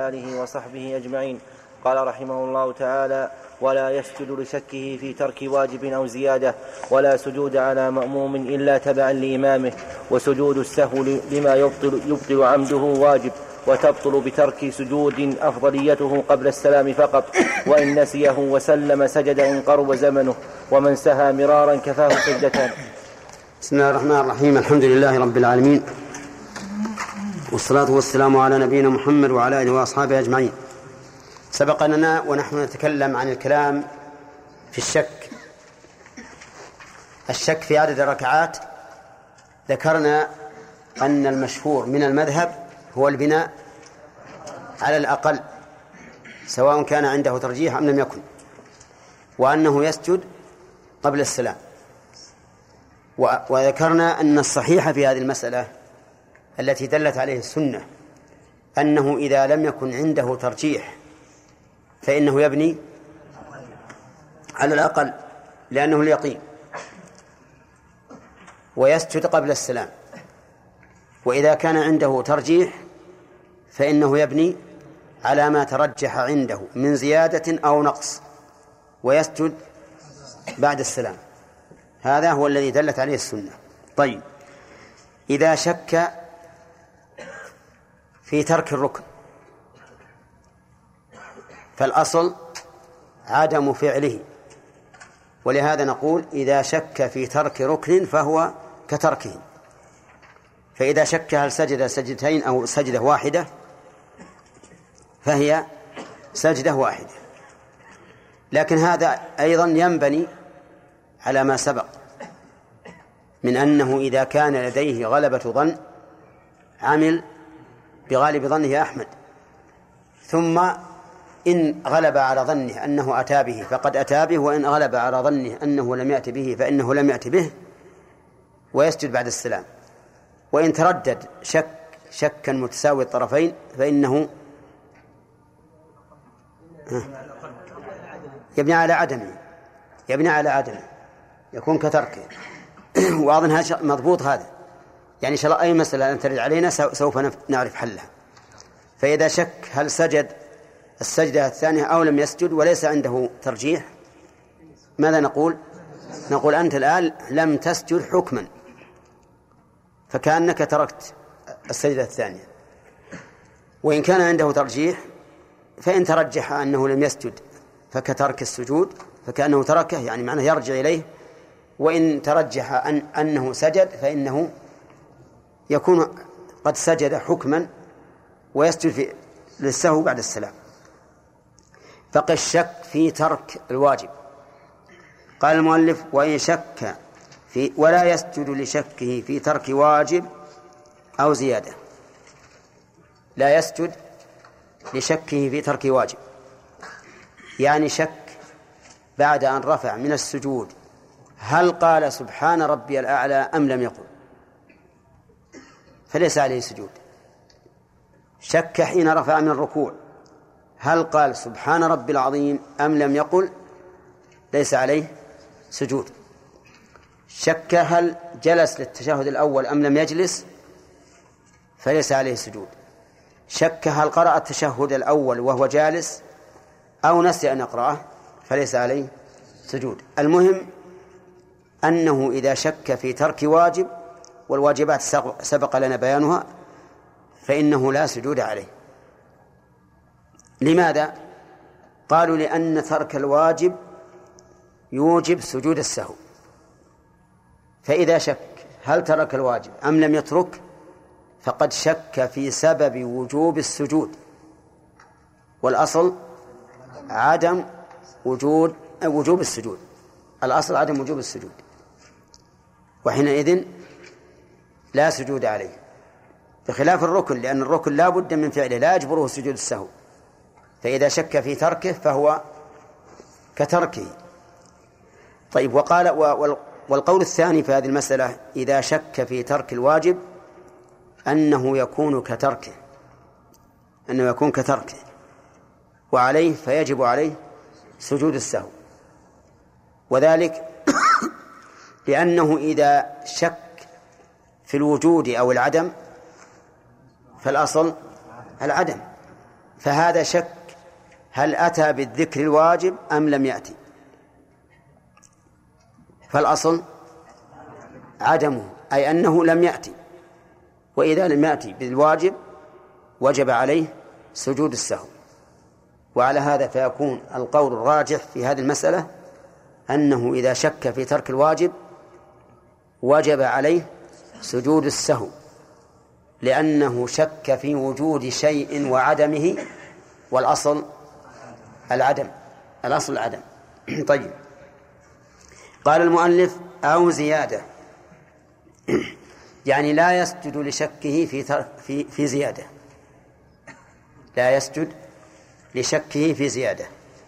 وعلى آله وصحبه أجمعين. قال رحمه الله تعالى: ولا يسجد لشكه في ترك واجب أو زيادة، ولا سجود على مأموم إلا تبعا لإمامه، وسجود السهو لما يبطل عمده واجب، وتبطل بترك سجود أفضليته قبل السلام فقط، وإن نسيه وسلم سجد إن قرب زمنه، ومن سهى مرارا كفاه سجدتان. بسم الله الرحمن الرحيم. الحمد لله رب العالمين، والصلاة والسلام على نبينا محمد وعلى آله وأصحابه أجمعين. سبق لنا ونحن نتكلم عن الكلام في الشك في عدد الركعات. ذكرنا أن المشهور من المذهب هو البناء على الأقل سواء كان عنده ترجيح أم لم يكن، وأنه يسجد قبل السلام. وذكرنا أن الصحيح في هذه المسألة التي دلت عليه السنة أنه إذا لم يكن عنده ترجيح فإنه يبني على الأقل لأنه اليقين، ويسجد قبل السلام. وإذا كان عنده ترجيح فإنه يبني على ما ترجح عنده من زيادة أو نقص ويسجد بعد السلام. هذا هو الذي دلت عليه السنة. طيب، إذا شك في ترك الركن فالأصل عدم فعله، ولهذا نقول إذا شك في ترك ركن فهو كتركه. فإذا شك هل سجد سجدتين أو سجدة واحدة فهي سجدة واحدة. لكن هذا أيضا ينبني على ما سبق من أنه إذا كان لديه غلبة ظن عمل بغالب ظنه أحمد، ثم إن غلب على ظنه أنه أتى به فقد أتى به، وإن غلب على ظنه أنه لم يأت به فإنه لم يأت به، ويسجد بعد السلام. وإن تردد شكا متساوي الطرفين فإنه يبني على عدمه يكون كتركه. وأظن هذا مضبوط. هذا يعني إن شاء الله أي مسألة أن ترد علينا سوف نعرف حلها. فإذا شك هل سجد السجدة الثانية أو لم يسجد وليس عنده ترجيح، ماذا نقول؟ نقول أنت الآن لم تسجد حكما، فكأنك تركت السجدة الثانية. وإن كان عنده ترجيح فإن ترجح أنه لم يسجد فكترك السجود، فكأنه تركه يعني معناه يرجع إليه. وإن ترجح أنه سجد فإنه يكون قد سجد حكما ويسجد للسهو بعد السلام. فقد الشك في ترك الواجب. قال المؤلف: وإن شك في ولا يسجد لشكه في ترك واجب أو زيادة. لا يسجد لشكه في ترك واجب، يعني شك بعد أن رفع من السجود هل قال سبحان ربي الأعلى أم لم يقل، فليس عليه سجود. شك حين رفع من الركوع هل قال سبحان ربي العظيم أم لم يقل، ليس عليه سجود. شك هل جلس للتشهد الأول أم لم يجلس، فليس عليه سجود. شك هل قرأ التشهد الأول وهو جالس أو نسي أن يقرأه، فليس عليه سجود. المهم أنه إذا شك في ترك واجب، والواجبات سبق لنا بيانها، فإنه لا سجود عليه. لماذا؟ قالوا لأن ترك الواجب يوجب سجود السهو. فإذا شك هل ترك الواجب أم لم يترك فقد شك في سبب وجوب السجود، والأصل عدم وجوب السجود. الأصل عدم وجوب السجود، وحينئذ لا سجود عليه، بخلاف الركن، لأن الركن لا بد من فعله لا يجبره سجود السهو. فإذا شك في تركه فهو كتركه. طيب، وقال والقول الثاني في هذه المسألة إذا شك في ترك الواجب أنه يكون كتركه وعليه فيجب عليه سجود السهو. وذلك لأنه إذا شك في الوجود أو العدم فالأصل العدم، فهذا شك هل أتى بالذكر الواجب أم لم يأتي. فالأصل عدمه، أي أنه لم يأتي، وإذا لم يأتي بالواجب وجب عليه سجود السهو. وعلى هذا فيكون القول الراجح في هذه المسألة أنه إذا شك في ترك الواجب وجب عليه سجود السهو، لأنه شك في وجود شيء وعدمه، والأصل العدم، الأصل العدم. طيب، قال المؤلف أو زيادة، يعني لا يسجد لشكه في زيادة، لا يسجد لشكه في زيادة،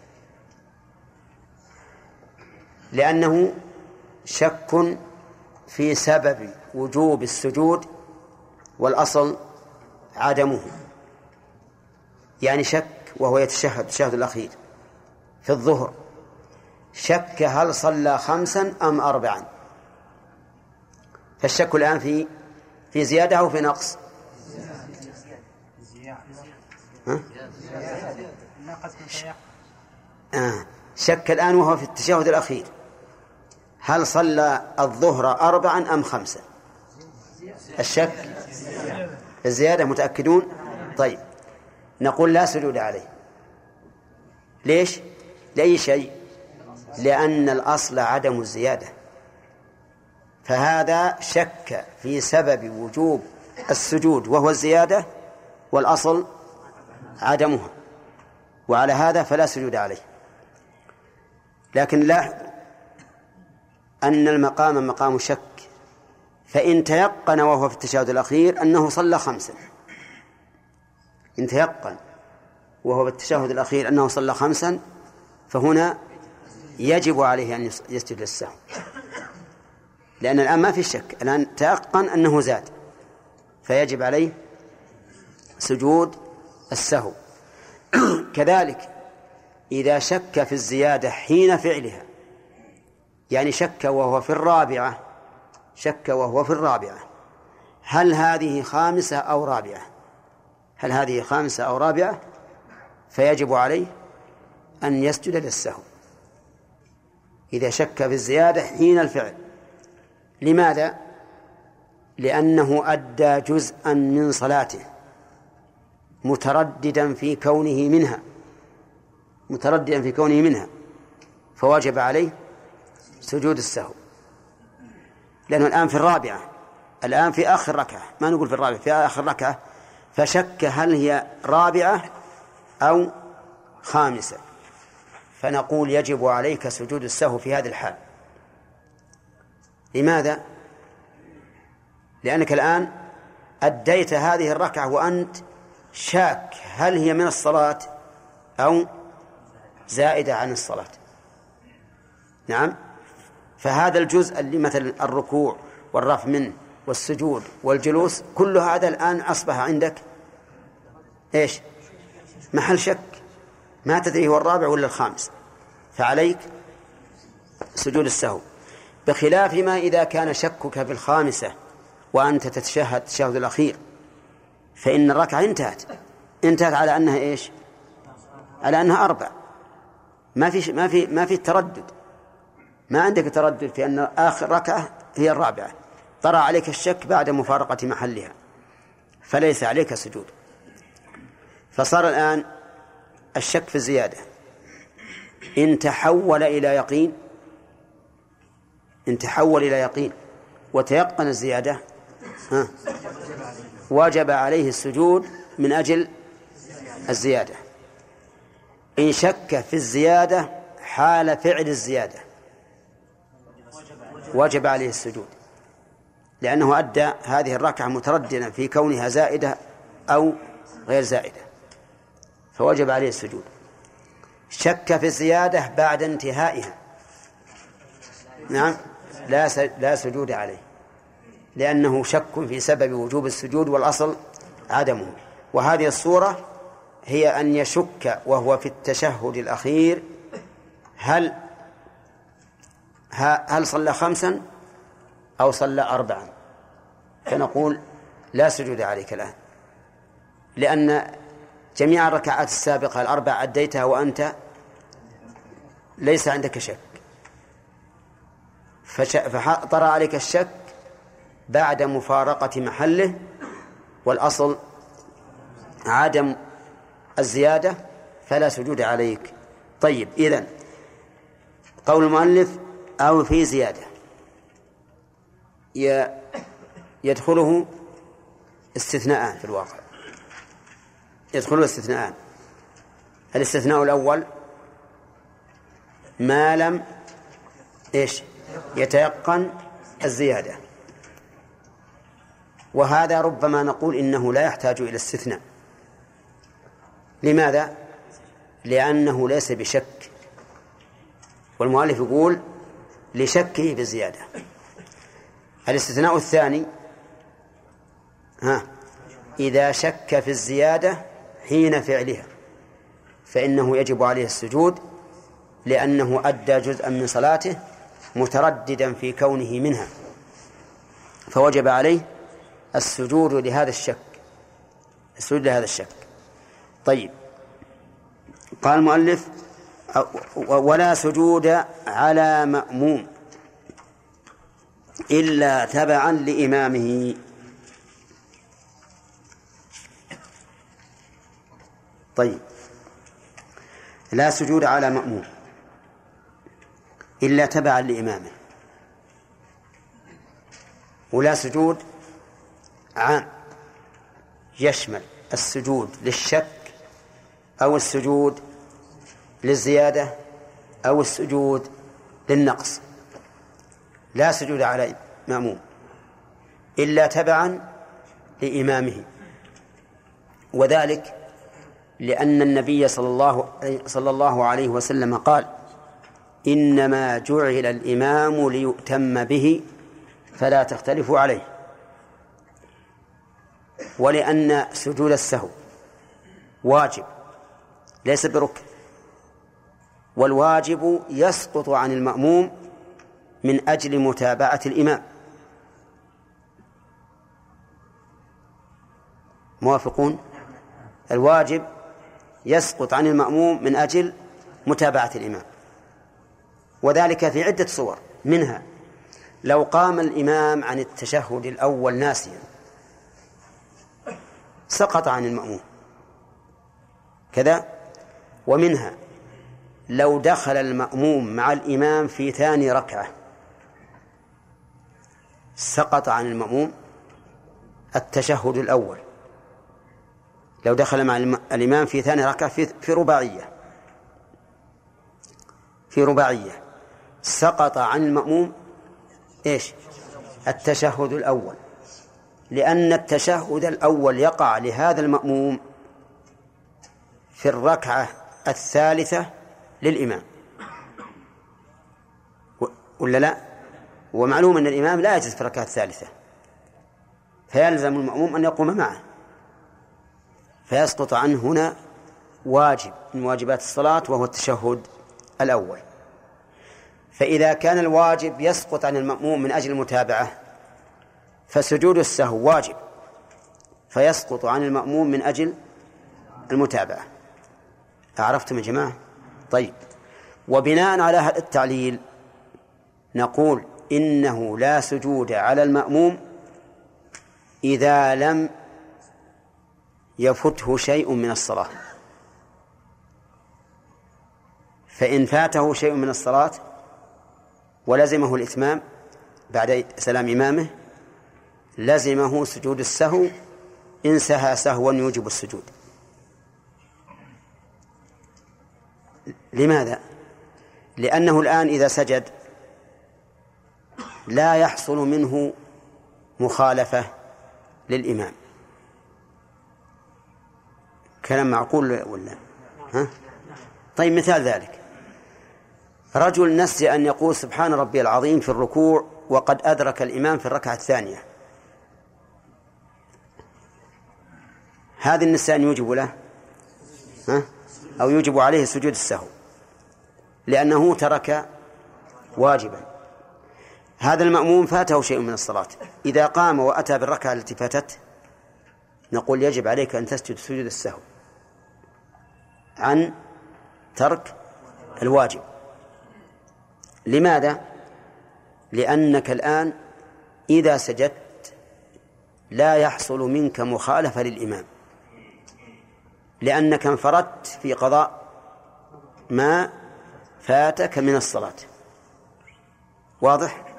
لأنه شك في سبب وجوب السجود والأصل عدمه. يعني شك وهو يتشهد الشهد الأخير في الظهر، شك هل صلى 5 أم 4، فالشك الآن في زيادة أو في نقص؟ شك الآن وهو في التشهد الأخير هل صلى الظهر 4 أم 5. الشك الزيادة، متأكدون؟ طيب، نقول لا سجود عليه. ليش؟ لأي شيء؟ لأن الأصل عدم الزيادة، فهذا شك في سبب وجوب السجود وهو الزيادة، والأصل عدمها، وعلى هذا فلا سجود عليه. لكن لا، أن المقام مقام شك، فإن تيقن وهو في التشهد الأخير أنه صلى 5، إن تيقن وهو في التشهد الأخير أنه صلى 5، فهنا يجب عليه أن يسجد للسهو، لأن الآن ما في شك، الآن تيقن أنه زاد، فيجب عليه سجود السهو. كذلك إذا شك في الزيادة حين فعلها، يعني شك وهو في الرابعة، شك وهو في الرابعة هل هذه 5 أو رابعة، هل هذه 5 أو رابعة، فيجب عليه أن يسجد للسهو إذا شك في الزيادة حين الفعل. لماذا؟ لأنه أدى جزءا من صلاته مترددا في كونه منها، مترددا في كونه منها، فوجب عليه سجود السهو، لأنه الآن في الرابعة، الآن في آخر ركعة، ما نقول في الرابعة، في آخر ركعة، فشك هل هي رابعة أو 5، فنقول يجب عليك سجود السهو في هذه الحال. لماذا؟ لأنك الآن أديت هذه الركعة وأنت شاك هل هي من الصلاة أو زائدة عن الصلاة. نعم، فهذا الجزء اللي مثل الركوع والرفع منه والسجود والجلوس، كل هذا الآن أصبح عندك إيش؟ محل شك، ما تدري هو الرابع ولا الخامس، فعليك سجود السهو، بخلاف ما إذا كان شكك في 5 وأنت تتشهد التشهد الأخير، فإن الركعة انتهت على أنها إيش؟ على أنها 4، ما في تردد، ما عندك تردد في أن آخر ركعة هي الرابعة، طرأ عليك الشك بعد مفارقة محلها، فليس عليك سجود. فصار الآن الشك في الزيادة إن تحول إلى يقين وتيقن الزيادة، وجب عليه السجود من أجل الزيادة. إن شك في الزيادة حال فعل الزيادة وجب عليه السجود، لأنه أدى هذه الركعة مترددا في كونها زائدة أو غير زائدة، فوجب عليه السجود. شك في الزيادة بعد انتهائها، نعم، لا سجود عليه، لأنه شك في سبب وجوب السجود والأصل عدمه. وهذه الصورة هي أن يشك وهو في التشهد الأخير هل صلى 5 أو صلى 4، فنقول لا سجود عليك الآن، لأن جميع الركعات السابقة الأربع أديتها وأنت ليس عندك شك، فطرأ عليك الشك بعد مفارقة محله، والأصل عدم الزيادة فلا سجود عليك. طيب، إذن قول المؤلف أو في زيادة يدخله استثناءان في الواقع، يدخله استثناءان. الاستثناء الأول ما لم يتيقن الزيادة، وهذا ربما نقول إنه لا يحتاج إلى استثناء. لماذا؟ لأنه ليس بشك، والمؤلف يقول لشكه بالزيادة. الاستثناء الثاني إذا شك في الزيادة حين فعلها فإنه يجب عليه السجود، لأنه أدى جزءا من صلاته مترددا في كونه منها، فوجب عليه السجود لهذا الشك، السجود لهذا الشك. طيب، قال المؤلف ولا سجود على مأموم إلا تبعا لإمامه. طيب، لا سجود على مأموم إلا تبعا لإمامه، ولا سجود عام يشمل السجود للشك أو السجود للزيادة أو السجود للنقص. لا سجود على مأموم إلا تبعا لإمامه، وذلك لأن النبي صلى الله عليه وسلم قال إنما جعل الإمام ليؤتم به فلا تختلفوا عليه، ولأن سجود السهو واجب ليس بركن، والواجب يسقط عن المأموم من أجل متابعة الإمام. موافقون؟ الواجب يسقط عن المأموم من أجل متابعة الإمام، وذلك في عدة صور، منها لو قام الإمام عن التشهد الأول ناسيا سقط عن المأموم كذا، ومنها لو دخل المأموم مع الإمام في ثاني ركعة سقط عن المأموم التشهد الأول. لو دخل مع الإمام في ثاني ركعة في رباعية سقط عن المأموم التشهد الأول، لأن التشهد الأول يقع لهذا المأموم في الركعة الثالثة للإمام، ولا لا؟ ومعلوم أن الإمام لا يجلس في الركعة الثالثة، فيلزم المأموم أن يقوم معه، فيسقط عنه هنا واجب من واجبات الصلاة وهو التشهد الأول. فإذا كان الواجب يسقط عن المأموم من أجل المتابعة فسجود السهو واجب فيسقط عن المأموم من أجل المتابعة. أعرفتم يا جماعة؟ طيب، وبناء على هذا التعليل نقول إنه لا سجود على المأموم إذا لم يفته شيء من الصلاة. فإن فاته شيء من الصلاة ولزمه الإتمام بعد سلام إمامه لزمه سجود السهو إن سهى سهوا يوجب السجود. لماذا؟ لأنه الآن إذا سجد لا يحصل منه مخالفة للإمام. كلام معقول ولا؟ طيب، مثال ذلك رجل نسي أن يقول سبحان ربي العظيم في الركوع وقد أدرك الإمام في الركعة الثانية، هذا النسيان يوجب له أو يوجب عليه سجود السهو لأنه ترك واجبا. هذا المأموم فاته شيء من الصلاة، إذا قام وأتى بالركعة التي فاتت نقول يجب عليك أن تسجد سجود السهو عن ترك الواجب. لماذا؟ لأنك الآن إذا سجدت لا يحصل منك مخالفة للإمام، لأنك انفردت في قضاء ما فاتك من الصلاة. واضح؟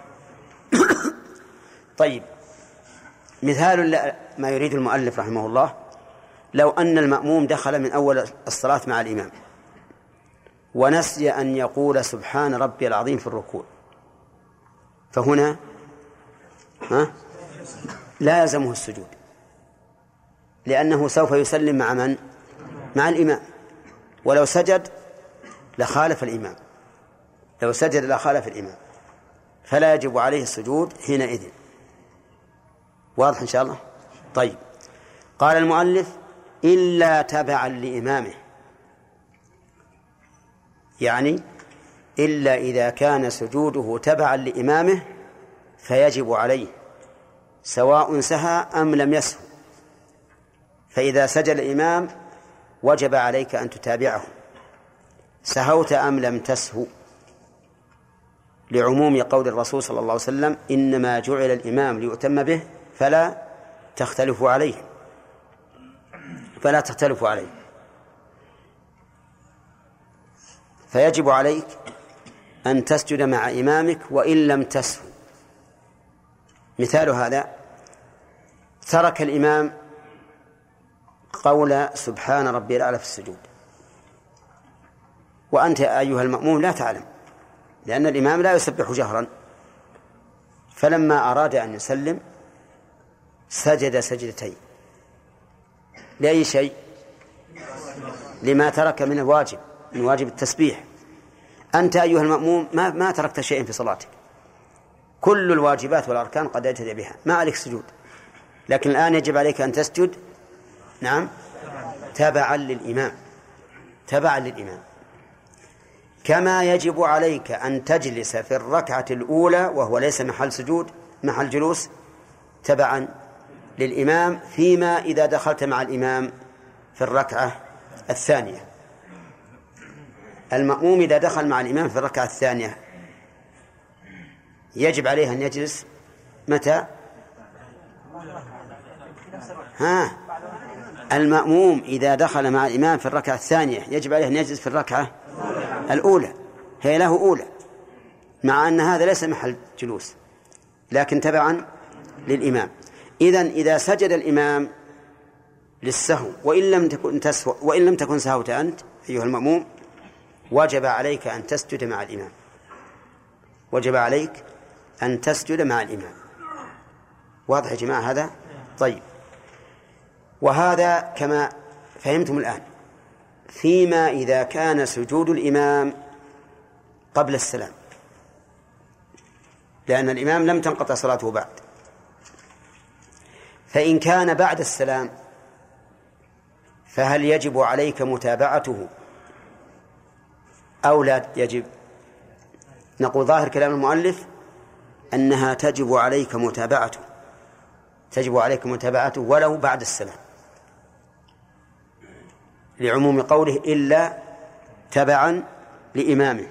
طيب، مثال ما يريد المؤلف رحمه الله: لو أن المأموم دخل من أول الصلاة مع الإمام ونسي أن يقول سبحان ربي العظيم في الركوع، فهنا لا يلزمه السجود، لأنه سوف يسلم مع من؟ مع الإمام. ولو سجد لخالف الإمام، لو سجد لخالف الإمام، فلا يجب عليه السجود حينئذ. واضح إن شاء الله؟ طيب، قال المؤلف: إلا تبعا لإمامه، يعني إلا إذا كان سجوده تبعا لإمامه فيجب عليه سواء سهى أم لم يسهو. فإذا سجد الإمام وجب عليك أن تتابعه سهوت أم لم تسهو، لعموم قول الرسول صلى الله عليه وسلم: إنما جعل الإمام ليؤتم به فلا تختلفوا عليه، فلا تختلفوا عليه. فيجب عليك أن تسجد مع إمامك وإن لم تسهو. مثال هذا: ترك الإمام قول سبحان ربي الأعلى في السجود، وأنت أيها المأموم لا تعلم، لأن الإمام لا يسبح جهرا، فلما أراد أن يسلم سجد سجدتين. لأي شيء؟ لما ترك من الواجب، من واجب التسبيح. أنت أيها المأموم ما تركت شيئا في صلاتك، كل الواجبات والأركان قد أتيت بها، ما عليك سجود، لكن الآن يجب عليك أن تسجد نعم تبعا للإمام، تبعا للإمام. كما يجب عليك أن تجلس في الركعة الأولى وهو ليس محل سجود، محل جلوس، تبعا للإمام، فيما إذا دخلت مع الإمام في الركعة الثانية. المأموم إذا دخل مع الإمام في الركعة الثانية يجب عليه أن يجلس متى؟ المأموم إذا دخل مع الإمام في الركعة الثانية يجب عليه أن يجلس في الركعة الأولى، هي له أولى، مع أن هذا ليس محل جلوس لكن تبعا للإمام. إذن إذا سجد الإمام للسهو وإن لم تكن سهوت أنت أيها المأموم، وجب عليك أن تسجد مع الإمام، وجب عليك أن تسجد مع الإمام. واضح يا جماعة هذا؟ طيب، وهذا كما فهمتم الآن فيما إذا كان سجود الإمام قبل السلام، لأن الإمام لم تنقطع صلاته بعد. فإن كان بعد السلام فهل يجب عليك متابعته أو لا يجب؟ نقول ظاهر كلام المؤلف أنها تجب عليك متابعته، تجب عليك متابعته ولو بعد السلام، لعموم قوله إلا تبعا لإمامه.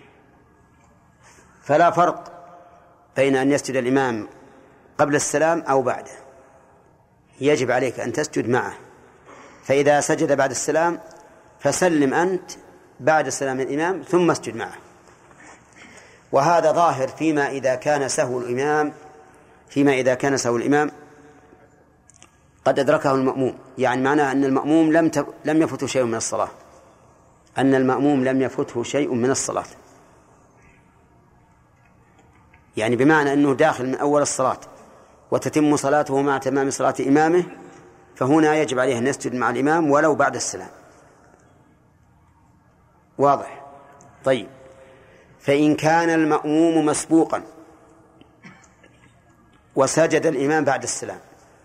فلا فرق بين أن يسجد الإمام قبل السلام أو بعده، يجب عليك أن تسجد معه. فإذا سجد بعد السلام فسلم أنت بعد سلام الإمام ثم اسجد معه. وهذا ظاهر فيما إذا كان سهو الإمام، فيما إذا كان سهو الإمام قد أدركه المأموم، يعني معناه أن المأموم لم يفته شيء من الصلاة، أن المأموم لم يفته شيء من الصلاة، يعني بمعنى أنه داخل من أول الصلاة وتتم صلاته مع تمام صلاة إمامه، فهنا يجب عليه أن يسجد مع الإمام ولو بعد السلام. واضح؟ طيب، فإن كان المأموم مسبوقا وسجد الإمام بعد السلام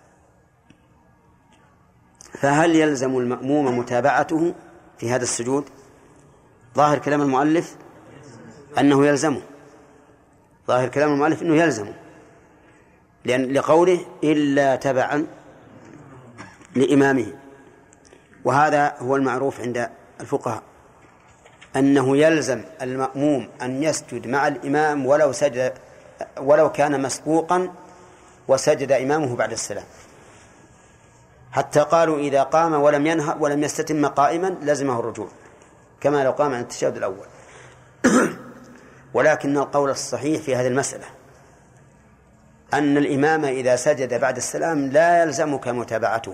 فهل يلزم المأموم متابعته في هذا السجود؟ ظاهر كلام المؤلف أنه يلزمه، ظاهر كلام المؤلف أنه يلزمه، لأن لقوله إلا تبعا لإمامه. وهذا هو المعروف عند الفقهاء أنه يلزم المأموم أن يسجد مع الإمام ولو كان مسبوقا وسجد إمامه بعد السلام، حتى قالوا إذا قام ولم ينهض ولم يستتم قائما لزمه الرجوع كما لو قام عن التشهد الأول. ولكن القول الصحيح في هذه المسألة أن الإمام إذا سجد بعد السلام لا يلزمك متابعته،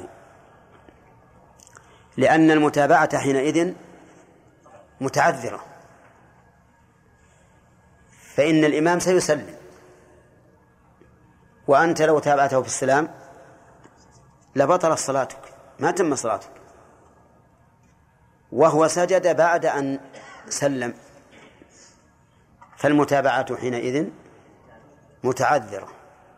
لأن المتابعة حينئذ متعذرة، فإن الإمام سيسلم وأنت لو تابعته في السلام لبطلت صلاتك، ما تم صلاتك، وهو سجد بعد أن سلم، فالمتابعة حينئذ متعذرة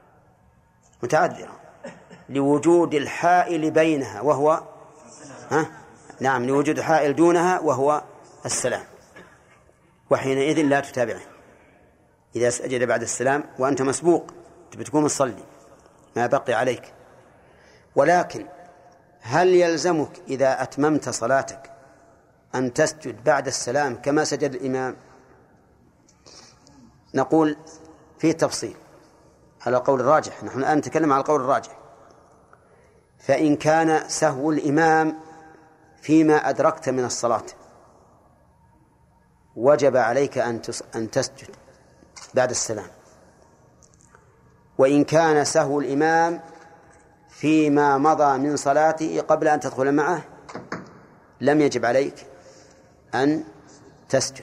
لوجود الحائل بينها وهو نعم، لوجود حائل دونها وهو السلام، وحينئذ لا تتابعه إذا سجد بعد السلام وأنت مسبوق بتكون مصلي ما بقي عليك. ولكن هل يلزمك إذا أتممت صلاتك أن تسجد بعد السلام كما سجد الإمام؟ نقول فيه تفصيل على قول الراجح، نحن الآن نتكلم على القول الراجح. فإن كان سهو الإمام فيما أدركت من الصلاة وجب عليك أن تسجد بعد السلام، وإن كان سهو الإمام فيما مضى من صلاته قبل أن تدخل معه لم يجب عليك أن تسجد،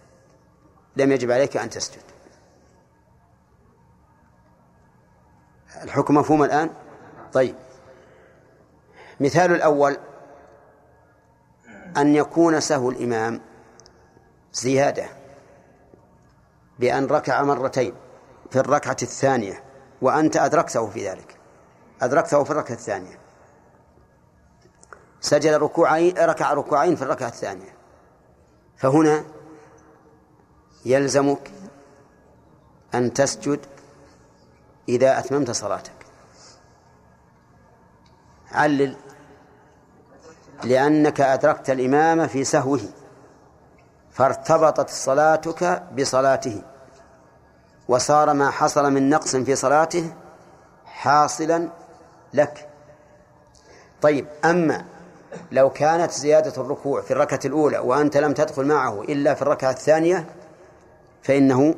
الحكم مفهوم الآن؟ طيب، مثال الأول أن يكون سهو الإمام زيادة بأن ركع مرتين في الركعة الثانية وأنت أدركته في ذلك، أدركته في الركعة الثانية، سجد ركع ركوعين في الركعة الثانية، فهنا يلزمك أن تسجد إذا أتممت صلاتك. علل: لأنك أدركت الإمام في سهوه فارتبطت صلاتك بصلاته، وصار ما حصل من نقص في صلاته حاصلا لك. طيب، أما لو كانت زيادة الركوع في الركعة الأولى وأنت لم تدخل معه إلا في الركعة الثانية فإنه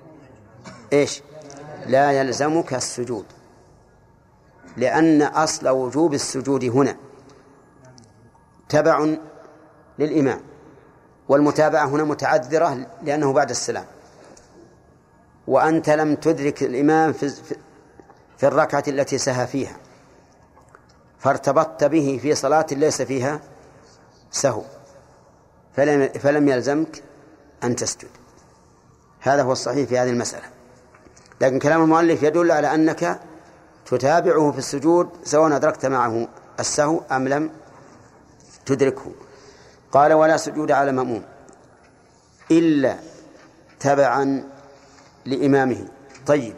لا يلزمك السجود، لأن أصل وجوب السجود هنا تبع للإمام، والمتابعة هنا متعذرة لأنه بعد السلام، وأنت لم تدرك الإمام في الركعة التي سهى فيها، فارتبطت به في صلاة ليس فيها سهو، فلم يلزمك أن تسجد. هذا هو الصحيح في هذه المسألة. لكن كلام المؤلف يدل على أنك تتابعه في السجود سواء أدركت معه السهو أم لم تدركه. قال: ولا سجود على مأموم إلا تبعا لإمامه. طيب،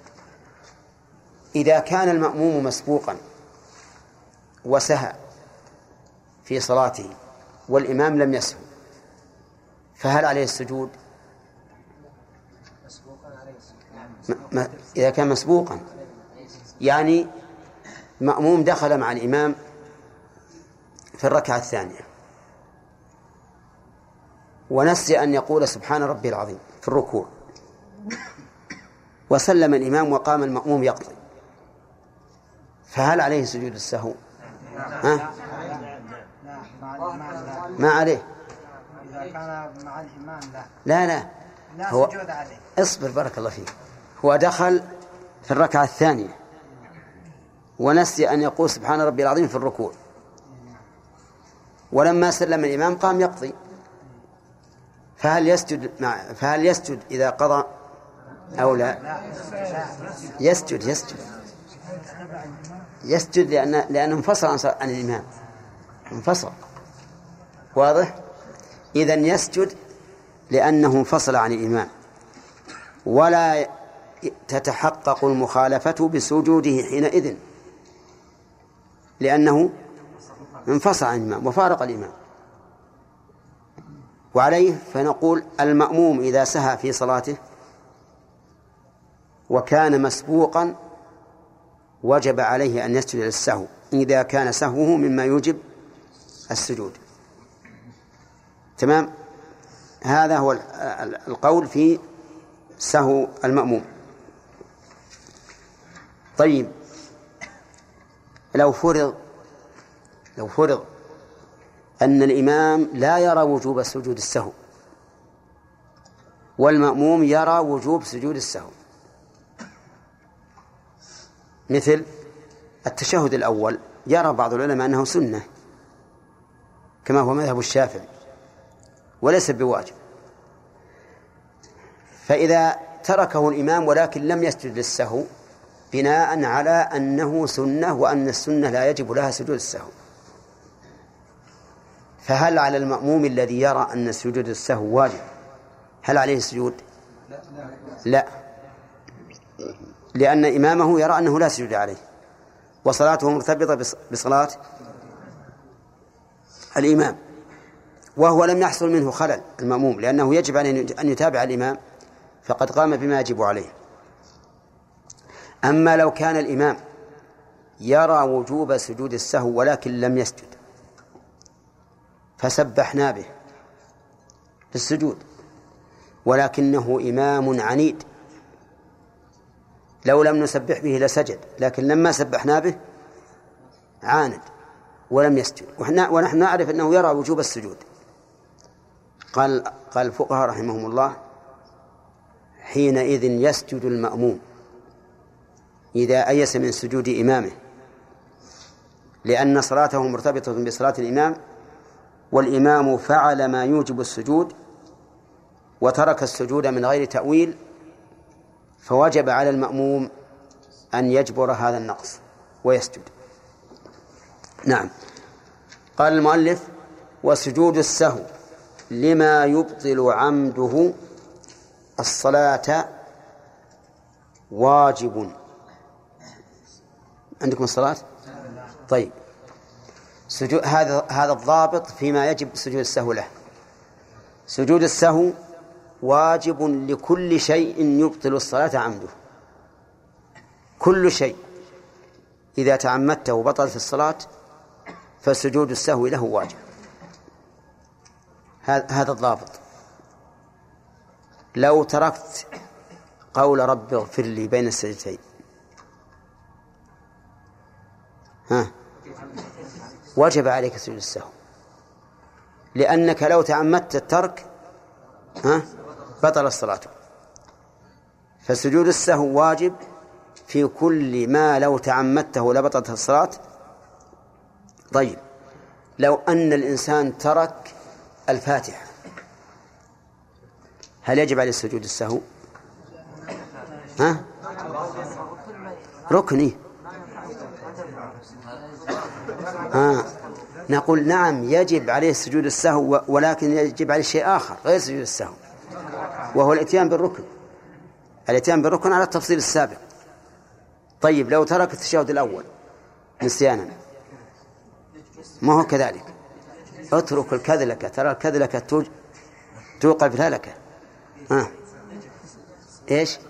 إذا كان المأموم مسبوقا وسهى في صلاته والإمام لم يسهو فهل عليه السجود؟ إذا كان مسبوقا يعني مأموم دخل مع الإمام في الركعة الثانية ونسي أن يقول سبحان ربي العظيم في الركوع، وسلم الإمام وقام المأموم يقضي، فهل عليه سجود السهو؟ ما عليه. إذا كان مع الإمام لا هو سجود عليه. اصبر بارك الله فيك. هو دخل في الركعة الثانية ونسي أن يقول سبحان ربي العظيم في الركوع، ولما سلم الإمام قام يقضي، فهل يسجد إذا قضى أو لا؟ يسجد لأنه انفصل عن الإمام، انفصل. واضح؟ إذن يسجد لأنه انفصل عن الإمام، ولا تتحقق المخالفة بسجوده حينئذ لأنه انفصل عن الإمام وفارق الإمام. وعليه فنقول المأموم إذا سهى في صلاته وكان مسبوقا وجب عليه أن يسجد للسهو إذا كان سهوه مما يوجب السجود. تمام؟ هذا هو القول في سهو المأموم. طيب، لو فرض أن الإمام لا يرى وجوب سجود السهو والمأموم يرى وجوب سجود السهو، مثل التشهد الأول يرى بعض العلماء أنه سنة كما هو مذهب الشافعي وليس بواجب، فإذا تركه الإمام ولكن لم يسجد للسهو بناء على أنه سنة وأن السنة لا يجب لها سجود السهو، فهل على المأموم الذي يرى أن سجود السهو واجب هل عليه السجود؟ لا، لأن إمامه يرى أنه لا سجود عليه وصلاته مرتبطة بصلاة الإمام، وهو لم يحصل منه خلل المأموم لأنه يجب أن يتابع الإمام فقد قام بما يجب عليه. أما لو كان الإمام يرى وجوب سجود السهو ولكن لم يسجد فسبحنا به للسجود ولكنه إمام عنيد لو لم نسبح به لسجد، لكن لما سبحنا به عاند ولم يسجد ونحن نعرف أنه يرى وجوب السجود. قال الفقهاء رحمهم الله حينئذ يسجد المأموم إذا أيس من سجود إمامه، لأن صلاته مرتبطة بصلاة الإمام والإمام فعل ما يوجب السجود وترك السجود من غير تأويل، فوجب على المأموم أن يجبر هذا النقص ويسجد. نعم. قال المؤلف وسجود السهو لما يبطل عمده الصلاة واجب. عندكم الصلاة؟ طيب، سجود هذا الضابط فيما يجب سجود السهو له. سجود السهو واجب لكل شيء يبطل الصلاة عمده، كل شيء إذا تعمدته وبطلت الصلاة فسجود السهو له واجب. هذا الضابط. لو تركت قول رب اغفر لي بين السجدتين وجب عليك سجود السهو، لأنك لو تعمدت الترك بطل الصلاة، فسجود السهو واجب في كل ما لو تعمدته لبطلت الصلاة. طيب، لو أن الإنسان ترك الفاتحة هل يجب عليه سجود السهو؟ ركني. نقول نعم يجب عليه سجود السهو، ولكن يجب عليه شيء آخر غير سجود السهو، وهو الاتيان بالركن. الاتيان بالركن على التفصيل السابق. طيب، لو ترك التشهد الأول نسيانا ما هو كذلك؟ اترك الكذلكة، ترى الكذلكة توقف الهلكة. إيش؟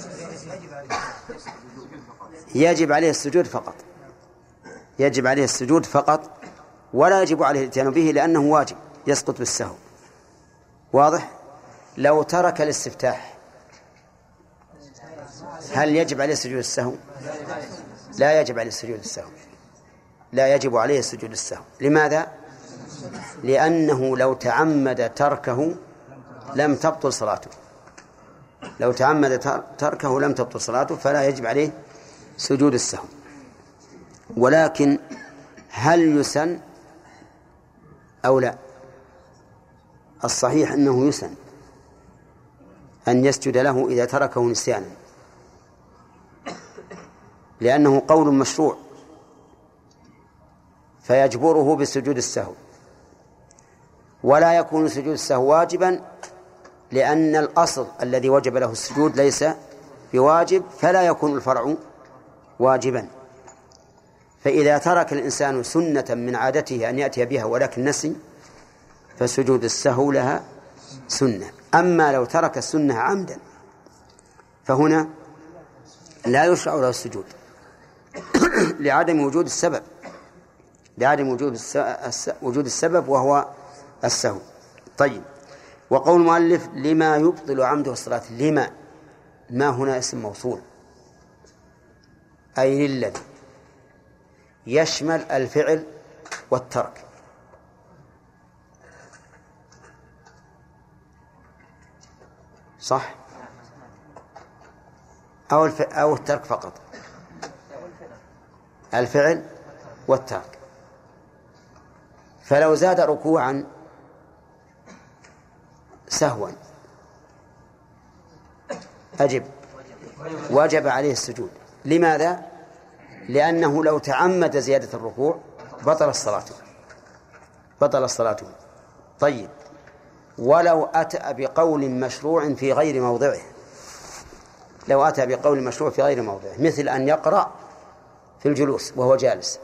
يجب عليه السجود فقط، يجب عليه السجود فقط ولا يجب عليه الاتيان به لأنه واجب يسقط بالسهو. واضح؟ لو ترك الاستفتاح هل يجب عليه سجود السهو؟ لا يجب عليه سجود السهو، لا يجب عليه سجود السهو. لماذا؟ لأنه لو تعمد تركه لم تبطل صلاته، لو تعمد تركه لم تبطل صلاته، فلا يجب عليه سجود السهو. ولكن هل يسن أو لا؟ الصحيح أنه يسن أن يسجد له إذا تركه نسيانا، لأنه قول مشروع فيجبره بسجود السهو، ولا يكون سجود السهو واجبا لأن الأصل الذي وجب له السجود ليس بواجب، فلا يكون الفرع واجبا. فإذا ترك الإنسان سنة من عادته أن يأتي بها ولكن نسي فسجود السهو لها سنة. أما لو ترك السنة عمدا فهنا لا يشرع له السجود لعدم وجود السبب، لعدم وجود السبب وهو السهو. طيب، وقول المؤلف لما يبطل عمده الصلاة، لما ما هنا اسم موصول، أي للذي يشمل الفعل والترك. صح؟ أو الترك فقط، الفعل والترك. فلو زاد ركوعا سهوا وجب عليه السجود. لماذا؟ لأنه لو تعمد زيادة الركوع بطل صلاته. طيب، ولو أتى بقول مشروع في غير موضعه، لو أتى بقول مشروع في غير موضعه، مثل أن يقرأ في الجلوس وهو جالس،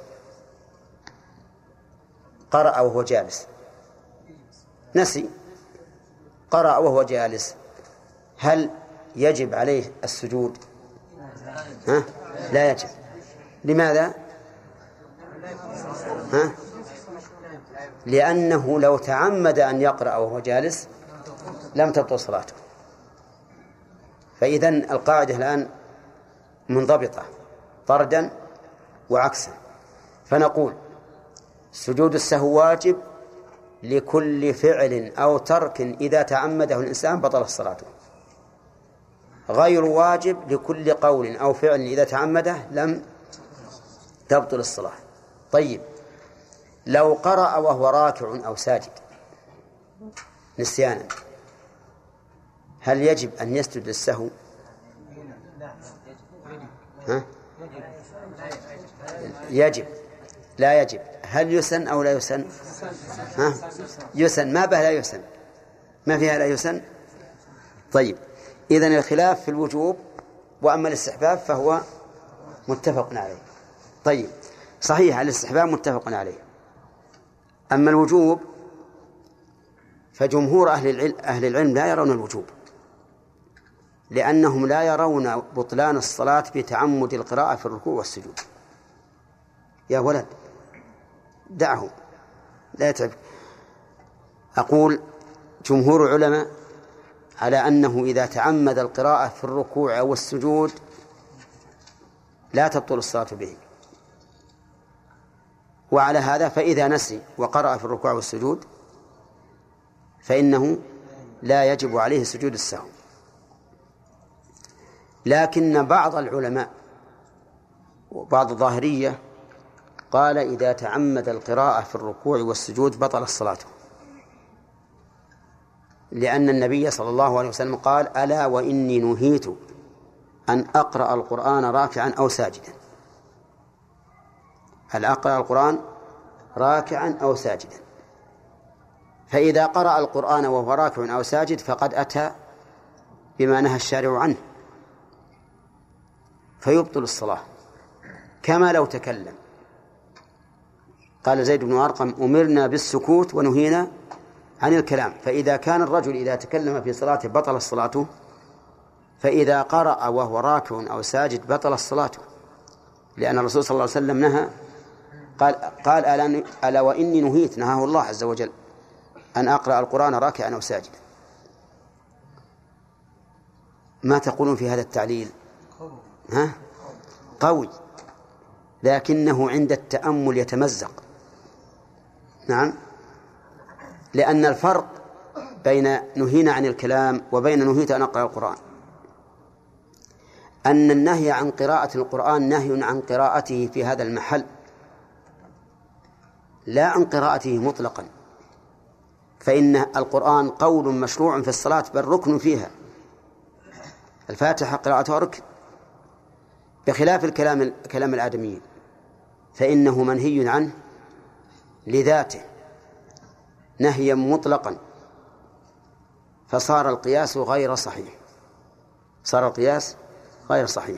قرأ وهو جالس، نسي، قرأ وهو جالس، هل يجب عليه السجود؟ لا يجب. لماذا؟ لأنه لو تعمد أن يقرأ وهو جالس لم تبطل صلاته. فإذن القاعدة الآن منضبطة طردا وعكسا، فنقول سجود السهو واجب لكل فعل أو ترك إذا تعمده الإنسان بطل صلاته، غير واجب لكل قول أو فعل إذا تعمده لم تبطل الصلاة. طيب، لو قرأ وهو راكع أو ساجد نسيانا، هل يجب أن يسجد للسهو؟ يجب. لا يجب. هل يسن أو لا يسن؟ يسن. ما به لا يسن؟ ما فيها لا يسن؟ طيب، إذن الخلاف في الوجوب، وأما الاستحباب فهو متفق عليه. طيب، صحيح الاستحباب متفق عليه. أما الوجوب فجمهور أهل العلم لا يرون الوجوب، لأنهم لا يرون بطلان الصلاة بتعمد القراءة في الركوع والسجود. يا ولد دعه لا يتعب. أقول جمهور العلماء على أنه إذا تعمد القراءة في الركوع أو السجود لا تبطل الصلاة به. وعلى هذا فإذا نسي وقرأ في الركوع والسجود فإنه لا يجب عليه سجود السهو. لكن بعض العلماء وبعض الظاهرية قال إذا تعمد القراءة في الركوع والسجود بطل الصلاة، لأن النبي صلى الله عليه وسلم قال ألا وإني نهيت أن أقرأ القرآن راكعا أو ساجدا. هل أقرأ القرآن راكعا أو ساجدا؟ فإذا قرأ القرآن وهو راكع أو ساجد فقد أتى بما نهى الشارع عنه فيبطل الصلاة، كما لو تكلم. قال زيد بن أرقم أمرنا بالسكوت ونهينا عن الكلام. فإذا كان الرجل إذا تكلم في صلاته بطل صلاته، فإذا قرأ وهو راكع أو ساجد بطل صلاته، لأن الرسول صلى الله عليه وسلم نهى، قال ألا وإني نهيت، نهاه الله عز وجل أن أقرأ القرآن راكعا أو ساجدا. ما تقولون في هذا التعليل؟ قوي، لكنه عند التأمل يتمزق. نعم، لأن الفرق بين نهينا عن الكلام وبين نهيت أن أقرأ القرآن أن النهي عن قراءة القرآن نهي عن قراءته في هذا المحل، لا عن قراءته مطلقا، فإن القرآن قول مشروع في الصلاة بل ركن فيها، الفاتحة قراءتها ركن، بخلاف كلام الآدميين فإنه منهي عنه لذاته نهيا مطلقا، فصار القياس غير صحيح، صار القياس غير صحيح.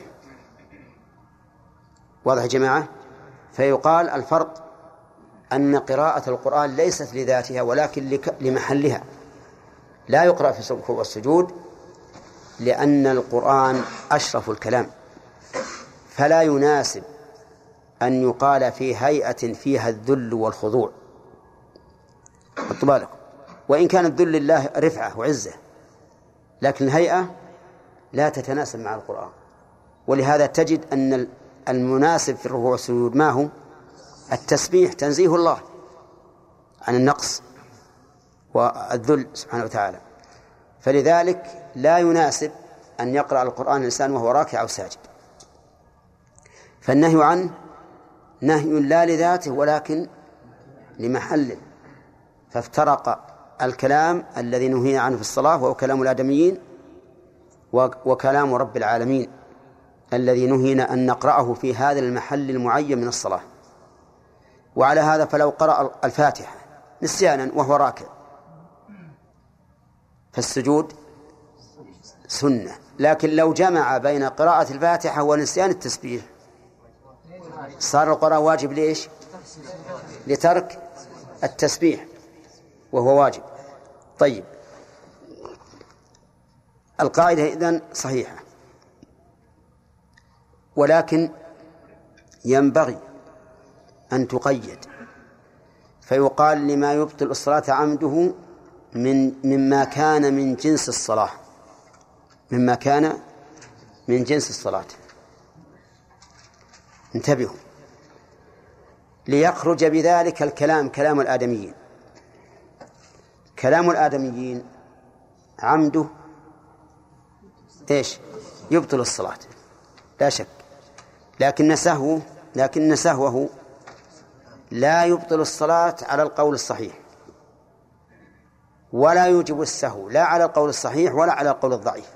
واضح يا جماعة؟ فيقال الفرق أن قراءة القرآن ليست لذاتها ولكن لمحلها، لا يقرأ في الركوع والسجود، لأن القرآن أشرف الكلام، فلا يناسب أن يقال في هيئة فيها الذل والخضوع. خدوا بالكم، وإن كان الذل لله رفعة وعزة، لكن الهيئة لا تتناسب مع القرآن. ولهذا تجد أن المناسب في الركوع والسجود ما هو؟ التسبيح، تنزيه الله عن النقص والذل سبحانه وتعالى. فلذلك لا يناسب أن يقرأ القرآن الإنسان وهو راكع أو ساجد. فالنهي عنه نهي لا لذاته ولكن لمحله، فافترق الكلام الذي نهي عنه في الصلاة وهو كلام الآدميين وكلام رب العالمين الذي نهينا أن نقرأه في هذا المحل المعين من الصلاة. وعلى هذا فلو قرأ الفاتحة نسيانا وهو راكع فالسجود سنة، لكن لو جمع بين قراءة الفاتحة ونسيان التسبيح صار القراءة واجب. ليش؟ لترك التسبيح وهو واجب. طيب، القاعدة إذن صحيحة، ولكن ينبغي أن تقيد، فيقال لما يبطل الصلاة عمده مما كان من جنس الصلاة، مما كان من جنس الصلاة. انتبهوا، ليخرج بذلك الكلام كلام الآدميين. كلام الآدميين عمده إيش؟ يبطل الصلاة لا شك، لكن سهوه لا يبطل الصلاة على القول الصحيح، ولا يوجب السهو لا على القول الصحيح ولا على القول الضعيف،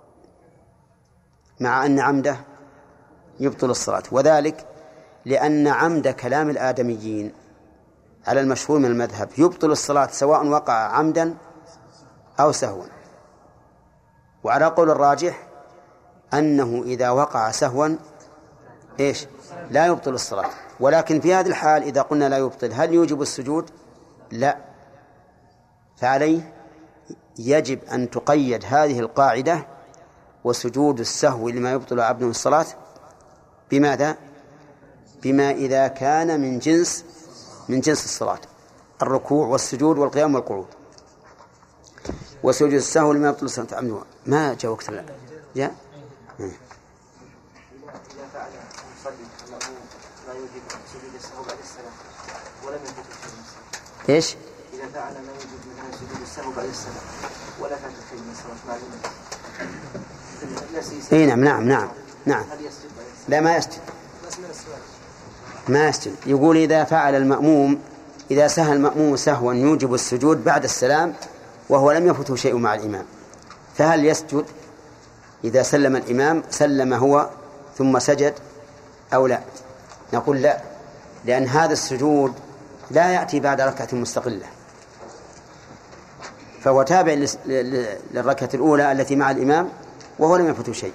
مع أن عمده يبطل الصلاة. وذلك لأن عمد كلام الآدميين على المشهور من المذهب يبطل الصلاة سواء وقع عمدا أو سهوا. وعلى قول الراجح أنه إذا وقع سهوا إيش؟ لا يبطل الصلاة. ولكن في هذه الحال إذا قلنا لا يبطل، هل يوجب السجود؟ لا، فعليه يجب أن تقيد هذه القاعدة وسجود السهو لما يبطل عبده الصلاة بماذا؟ بما إذا كان من جنس الصلاة، الركوع والسجود والقيام والقعود. وسجود السهو لما يبطل الصلاة عمده. ما جاء وقت لا جاء إيش؟ إذا فعل ما يوجب من سجود السهو بعد السلام ولا فات شيء من الصلاة معلومة. نعم. لا، ما يسجد. يقول إذا فعل المأموم، إذا سهى المأموم سهوا يوجب السجود بعد السلام وهو لم يفته شيء مع الإمام، فهل يسجد إذا سلم الإمام، سلم هو ثم سجد أو لا؟ نقول لا، لأن هذا السجود لا يأتي بعد ركعة مستقلة، فهو تابع للركعة الأولى التي مع الإمام وهو لم يفته شيء.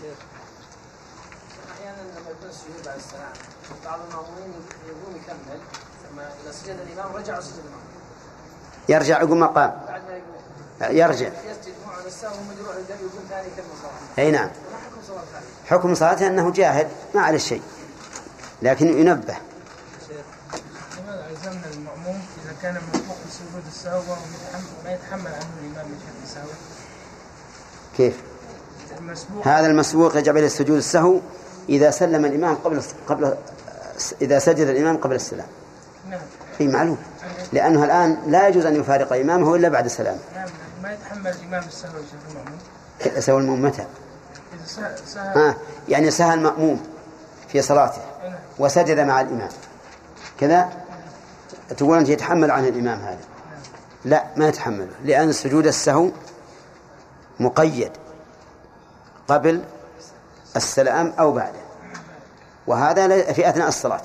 أحيانا لما يكون السجود بعد السلام بعض المأمومين يقوم يكمل، ثم إذا سجد الإمام رجع وسجد المأموم، يرجع يقوم مقام، بعد ما يرجع يسجد معه السهو ومجروح الدم يقوم ثاني يكمل صلاته. أي نعم. حكم صلاته أنه جاهد ما عليه شيء، لكن ينبه. لماذا ألزمنا المأموم إذا كان مسبوق بسجود السهو وما يتحمل عنه الإمام من شدة السهو؟ كيف؟ هذا المسبوق يجب عليه السجود السهو إذا سلم الإمام إذا سجد الإمام قبل السلام. نعم. في معلوم، لأنه الآن لا يجوز أن يفارق إمامه إلا بعد السلام. نعم. ما يتحمل الإمام السهو يا شيخ المأموم. سهو المأموم متى؟ إذا سهى. يعني سهى المأموم في صلاته وسجد مع الإمام كذا، تقول أنت يتحمل عن الإمام هذا؟ لا، ما يتحمله، لأن سجود السهو مقيد قبل السلام أو بعده، وهذا في أثناء الصلاة.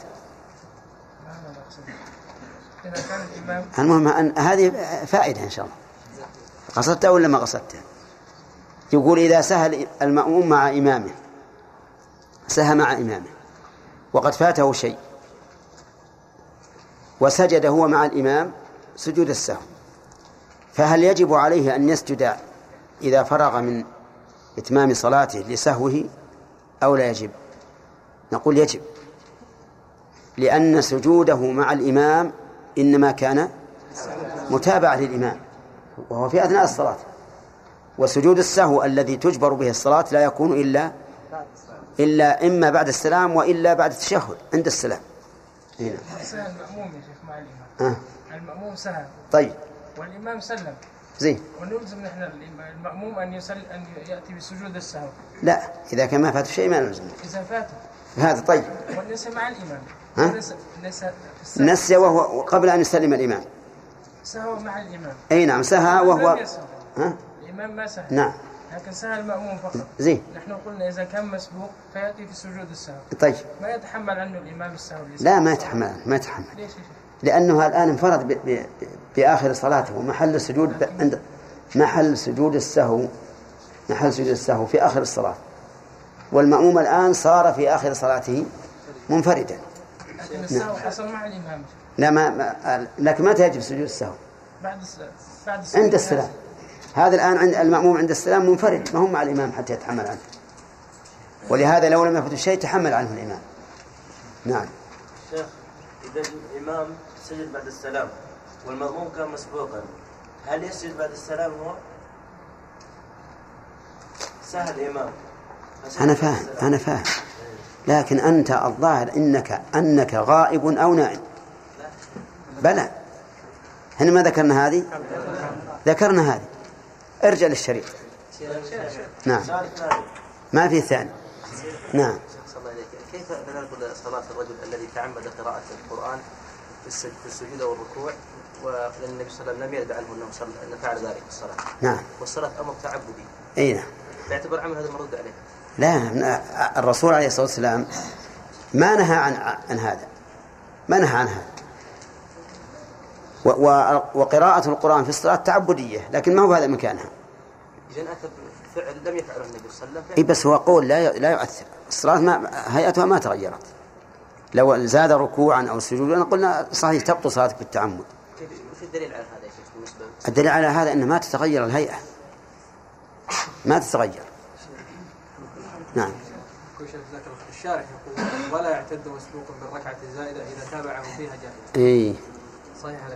المهم أن هذه فائدة إن شاء الله. قصدتها ولا ما قصدتها؟ يقول إذا سهى المأموم مع إمامه، سهى مع إمامه وقد فاته شيء وسجد هو مع الإمام سجود السهو، فهل يجب عليه أن يسجد إذا فرغ من إتمام صلاته لسهوه أو لا يجب؟ نقول يجب، لأن سجوده مع الإمام إنما كان متابعة للإمام وهو في أثناء الصلاة، وسجود السهو الذي تجبر به الصلاة لا يكون إلا إما بعد السلام وإلا بعد التشهد عند السلام. هنا سهل المأموم يا شيخ مع الإمام. المأموم سهل طيب والإمام سلم زين، ونلزم نحن المأموم أن يأتي بسجود السهو. لا، إذا كان ما فات شيء ما نلزم إذا فاته هذا. طيب والنسي مع الإمام نسي وهو قبل أن يسلم الإمام، سهو مع الإمام. أي نعم، سهى وهو الإمام ما سهل، نعم، لكن سهل المأموم فقط. زين، نحن قلنا إذا كان مسبوق فيأتي في سجود السهو. طيب ما يتحمل عنه الإمام السهو. لا، ما يتحمل. ليش؟ لأنه الآن انفرد بآخر صلاته، ومحل السجود عند محل سجود السهو في آخر الصلاة، والمأموم الآن صار في آخر صلاته منفردا. لكن السهو حصل مع الإمام. لا، لكن متى يجب سجود السهو؟ بعد عند السلام. هذا الآن عند المأموم عند السلام منفرد، ما هم مع الإمام حتى يتحمل عنه، ولهذا لو لم يفت الشيء تحمل عنه الإمام. نعم. شيخ، إذا الإمام سجد بعد السلام والمأموم كان مسبوقا، هل يسجد بعد السلام هو؟ سهل الإمام. أنا فاهم، لكن أنت الظاهر أنك غائب أو نائم. بلى، هنا ما ذكرنا هذه؟ ذكرنا هذه. ارجع للشريط. نعم، ما في ثاني. نعم. كيف نقول صلاة الرجل الذي تعمد قراءة القرآن في السجود والركوع، ولأن النبي صلى الله عليه وسلم لم يرد عنه أنه فعل ذلك في الصلاة؟ نعم. والصلاة أمر تعبدي. أي نعم. يعتبر عمل هذا مرد عليه؟ لا، الرسول عليه الصلاة والسلام ما نهى عن هذا، ما نهى عن هذا. وقراءة القرآن في الصلاة تعبدية، لكن ما هو هذا مكانها. إذن أتى بفعل لم يفعله النبي صلى الله عليه وسلم. إيه، بس هو قول لا يؤثر. الصلاة هيئتها ما تغيرت. لو زاد ركوعا أو سجودا قلنا صحيح تبطل صلاتك بالتعمد. وش الدليل على هذا يا شيخ بالنسبة؟ الدليل على هذا أن ما تتغير الهيئة، ما تتغير. نعم. الشارح يقول ولا يعتد مسبوق بالركعة الزائدة إذا تابعه فيها جاهلا. إيه، صحيح هذا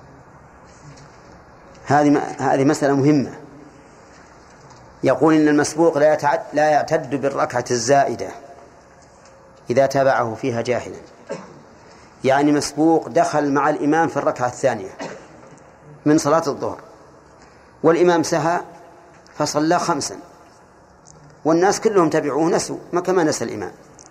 الكلام. هذه مسألة مهمة. يقول إن المسبوق لا يعتد بالركعة الزائدة إذا تابعه فيها جاهلا، يعني مسبوق دخل مع الإمام في الركعة الثانية من صلاة الظهر، والإمام سهى فصلى 5 والناس كلهم تبعوه نسوا ما كما نسى الإمام.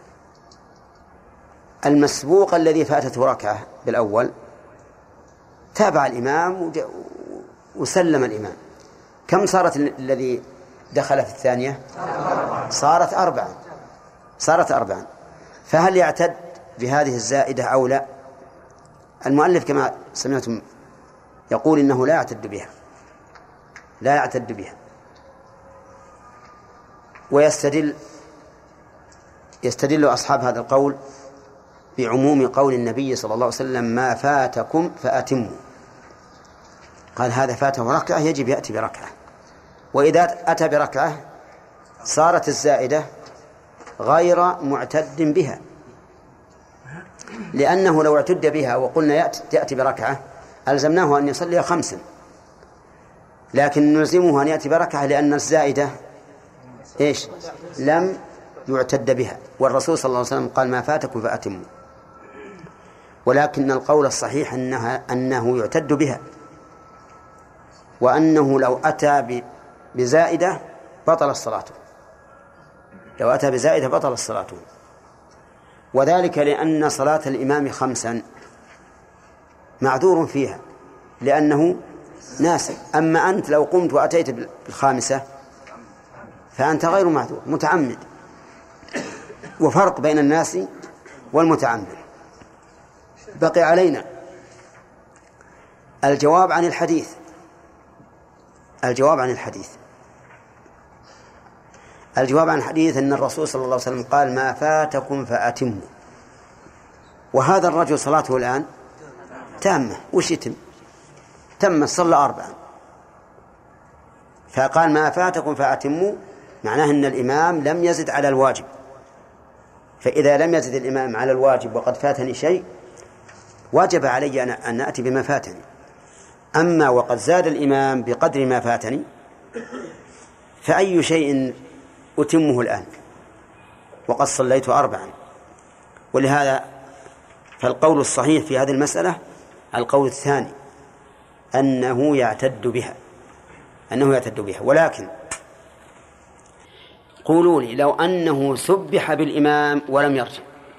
المسبوق الذي فاتته ركعة بالأول تابع الإمام وسلم الإمام، كم صارت الذي دخل في الثانية؟ صارت 4. فهل يعتد بهذه الزائدة أو لا؟ المؤلف كما سمعتم يقول إنه لا يعتد بها، ويستدل أصحاب هذا القول بعموم قول النبي صلى الله عليه وسلم ما فاتكم فأتموا. قال هذا فاته ركعة يجب يأتي بركعة، وإذا أتى بركعة صارت الزائدة غير معتد بها، لأنه لو اعتد بها وقلنا يأتي بركعة ألزمناه أن يصلي 5، لكن نلزمه أن يأتي بركعة لأن الزائدة إيش؟ لم يعتد بها، والرسول صلى الله عليه وسلم قال ما فاتكم فأتموا. ولكن القول الصحيح أنه يعتد بها، وأنه لو أتى بزائدة بطل الصلاة، وذلك لأن صلاة الإمام 5 معذور فيها لأنه ناسي. أما أنت لو قمت وأتيت ب5 فأنت غير معذور، متعمد، وفرق بين الناس والمتعمد. بقي علينا الجواب عن الحديث. الجواب عن الحديث أن الرسول صلى الله عليه وسلم قال ما فاتكم فأتموا، وهذا الرجل صلاته الآن تامة. وش يتم؟ تم صلى 4 فقال ما فاتكم فأتموا، معناه أن الإمام لم يزد على الواجب. فإذا لم يزد الإمام على الواجب وقد فاتني شيء وجب علي أن أتي بما فاتني. أما وقد زاد الإمام بقدر ما فاتني فأي شيء أتمه الآن وقد صليت 4. ولهذا فالقول الصحيح في هذه المسألة القول الثاني أنه يعتد بها، ولكن قولوا لي لو أنه سبح بالإمام ولم يرجع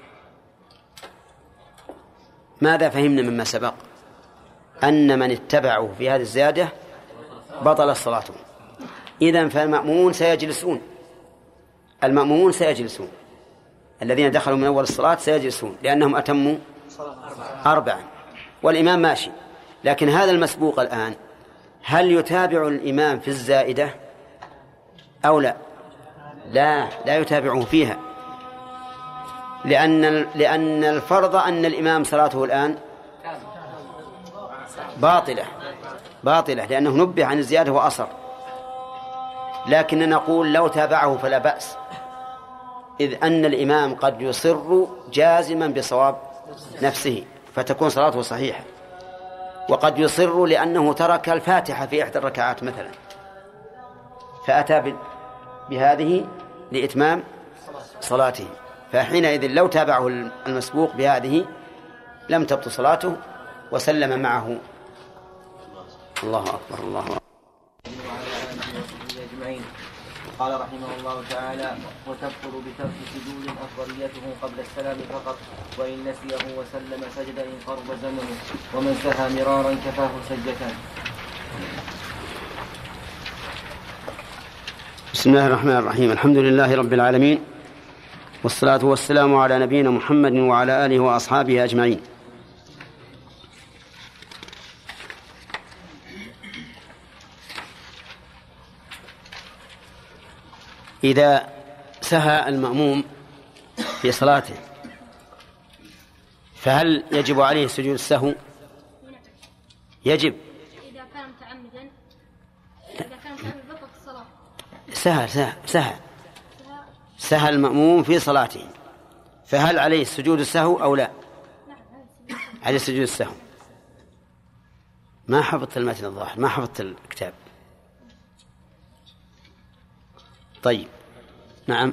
ماذا فهمنا مما سبق؟ أن من اتبعه في هذه الزيادة بطل صلاته. إذن فالمأمومون سيجلسون، الذين دخلوا من أول الصلاة سيجلسون لأنهم أتموا 4 والإمام ماشي. لكن هذا المسبوق الآن هل يتابع الإمام في الزائدة أو لا؟ لا يتابعه فيها، لأن الفرض أن الإمام صلاته الآن باطلة لأنه نبه عن الزيادة وأصر. لكن نقول لو تابعه فلا بأس، إذ أن الإمام قد يصر جازما بصواب نفسه فتكون صلاته صحيحة، وقد يصر لأنه ترك الفاتحة في إحدى الركعات مثلا فأتى بهذه لإتمام صلاته، فحينئذ لو تابعه المسبوق بهذه لم تبطل صلاته وسلم معه. الله أكبر الله أكبر. قال رحمه الله تعالى: وتبطل بترك سجود أفضليته قبل السلام فقط، وإن نسيه وسلم سجد إن قرب زمنه، ومن سهى مرارا كفاه سجدتان. بسم الله الرحمن الرحيم. الحمد لله رب العالمين، والصلاة والسلام على نبينا محمد وعلى آله وأصحابه أجمعين. إذا سهى المأموم في صلاته فهل يجب عليه سجود السهو؟ يجب إذا كان متعمدا بطلت الصلاة. سهى المأموم في صلاته فهل عليه سجود السهو أو لا؟ عليه سجود السهو. ما حفظت المتن الظاهر، ما حفظت الكتاب. طيب نعم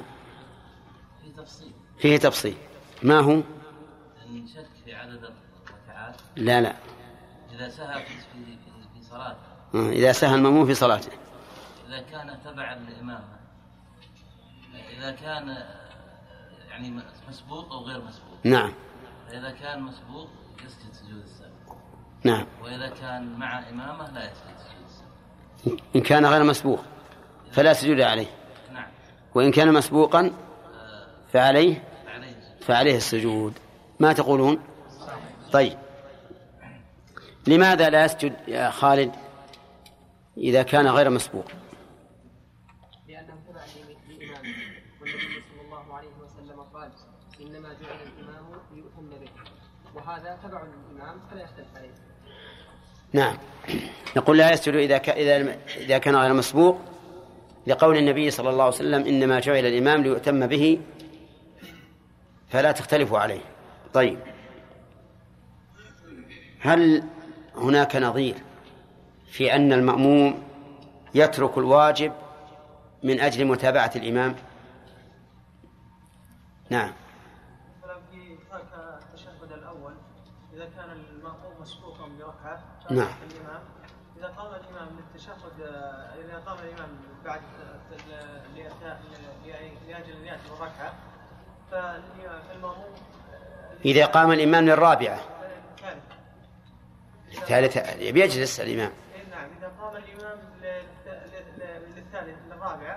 فيه تفصيل. ما هو؟ نشك في عدد الركعات. لا إذا سهى في صلاته، إذا سهى المأموم في صلاته، إذا كان تبعا للإمام، إذا كان يعني مسبوق أو غير مسبوق. نعم. إذا كان مسبوق يسجد سجود السهو. نعم. وإذا كان مع إمامه لا يسجد سجود السهو. إن كان غير مسبوق فلا سجود عليه. نعم. وإن كان مسبوقا فعليه السجود. ما تقولون؟ طيب لماذا لا يسجد يا خالد إذا كان غير مسبوق؟ لأنه تبع لإمامه، والنبي صلى الله عليه وسلم قال: إنما جعل الإمام ليؤتم به، وهذا تبع للإمام فلا يختلف عليه. نعم. نقول لا يسجد إذا كان غير مسبوق لقول النبي صلى الله عليه وسلم: إنما جعل الإمام ليؤتم به، فلا تختلفوا عليه. طيب هل هناك نظير في أن المأموم يترك الواجب من أجل متابعة الإمام؟ نعم. في ترك التشهد الأول إذا كان المأموم مسبوقا بركعة نعم. الإمام إذا قام الإمام للتشهد، إذا قام الإمام بعد لأجل أن يأتي بالركعة، فالمأموم إذا قام الإمام للرابعة الثالثة يجلس الإمام. نعم. إذا قام الإمام للرابعة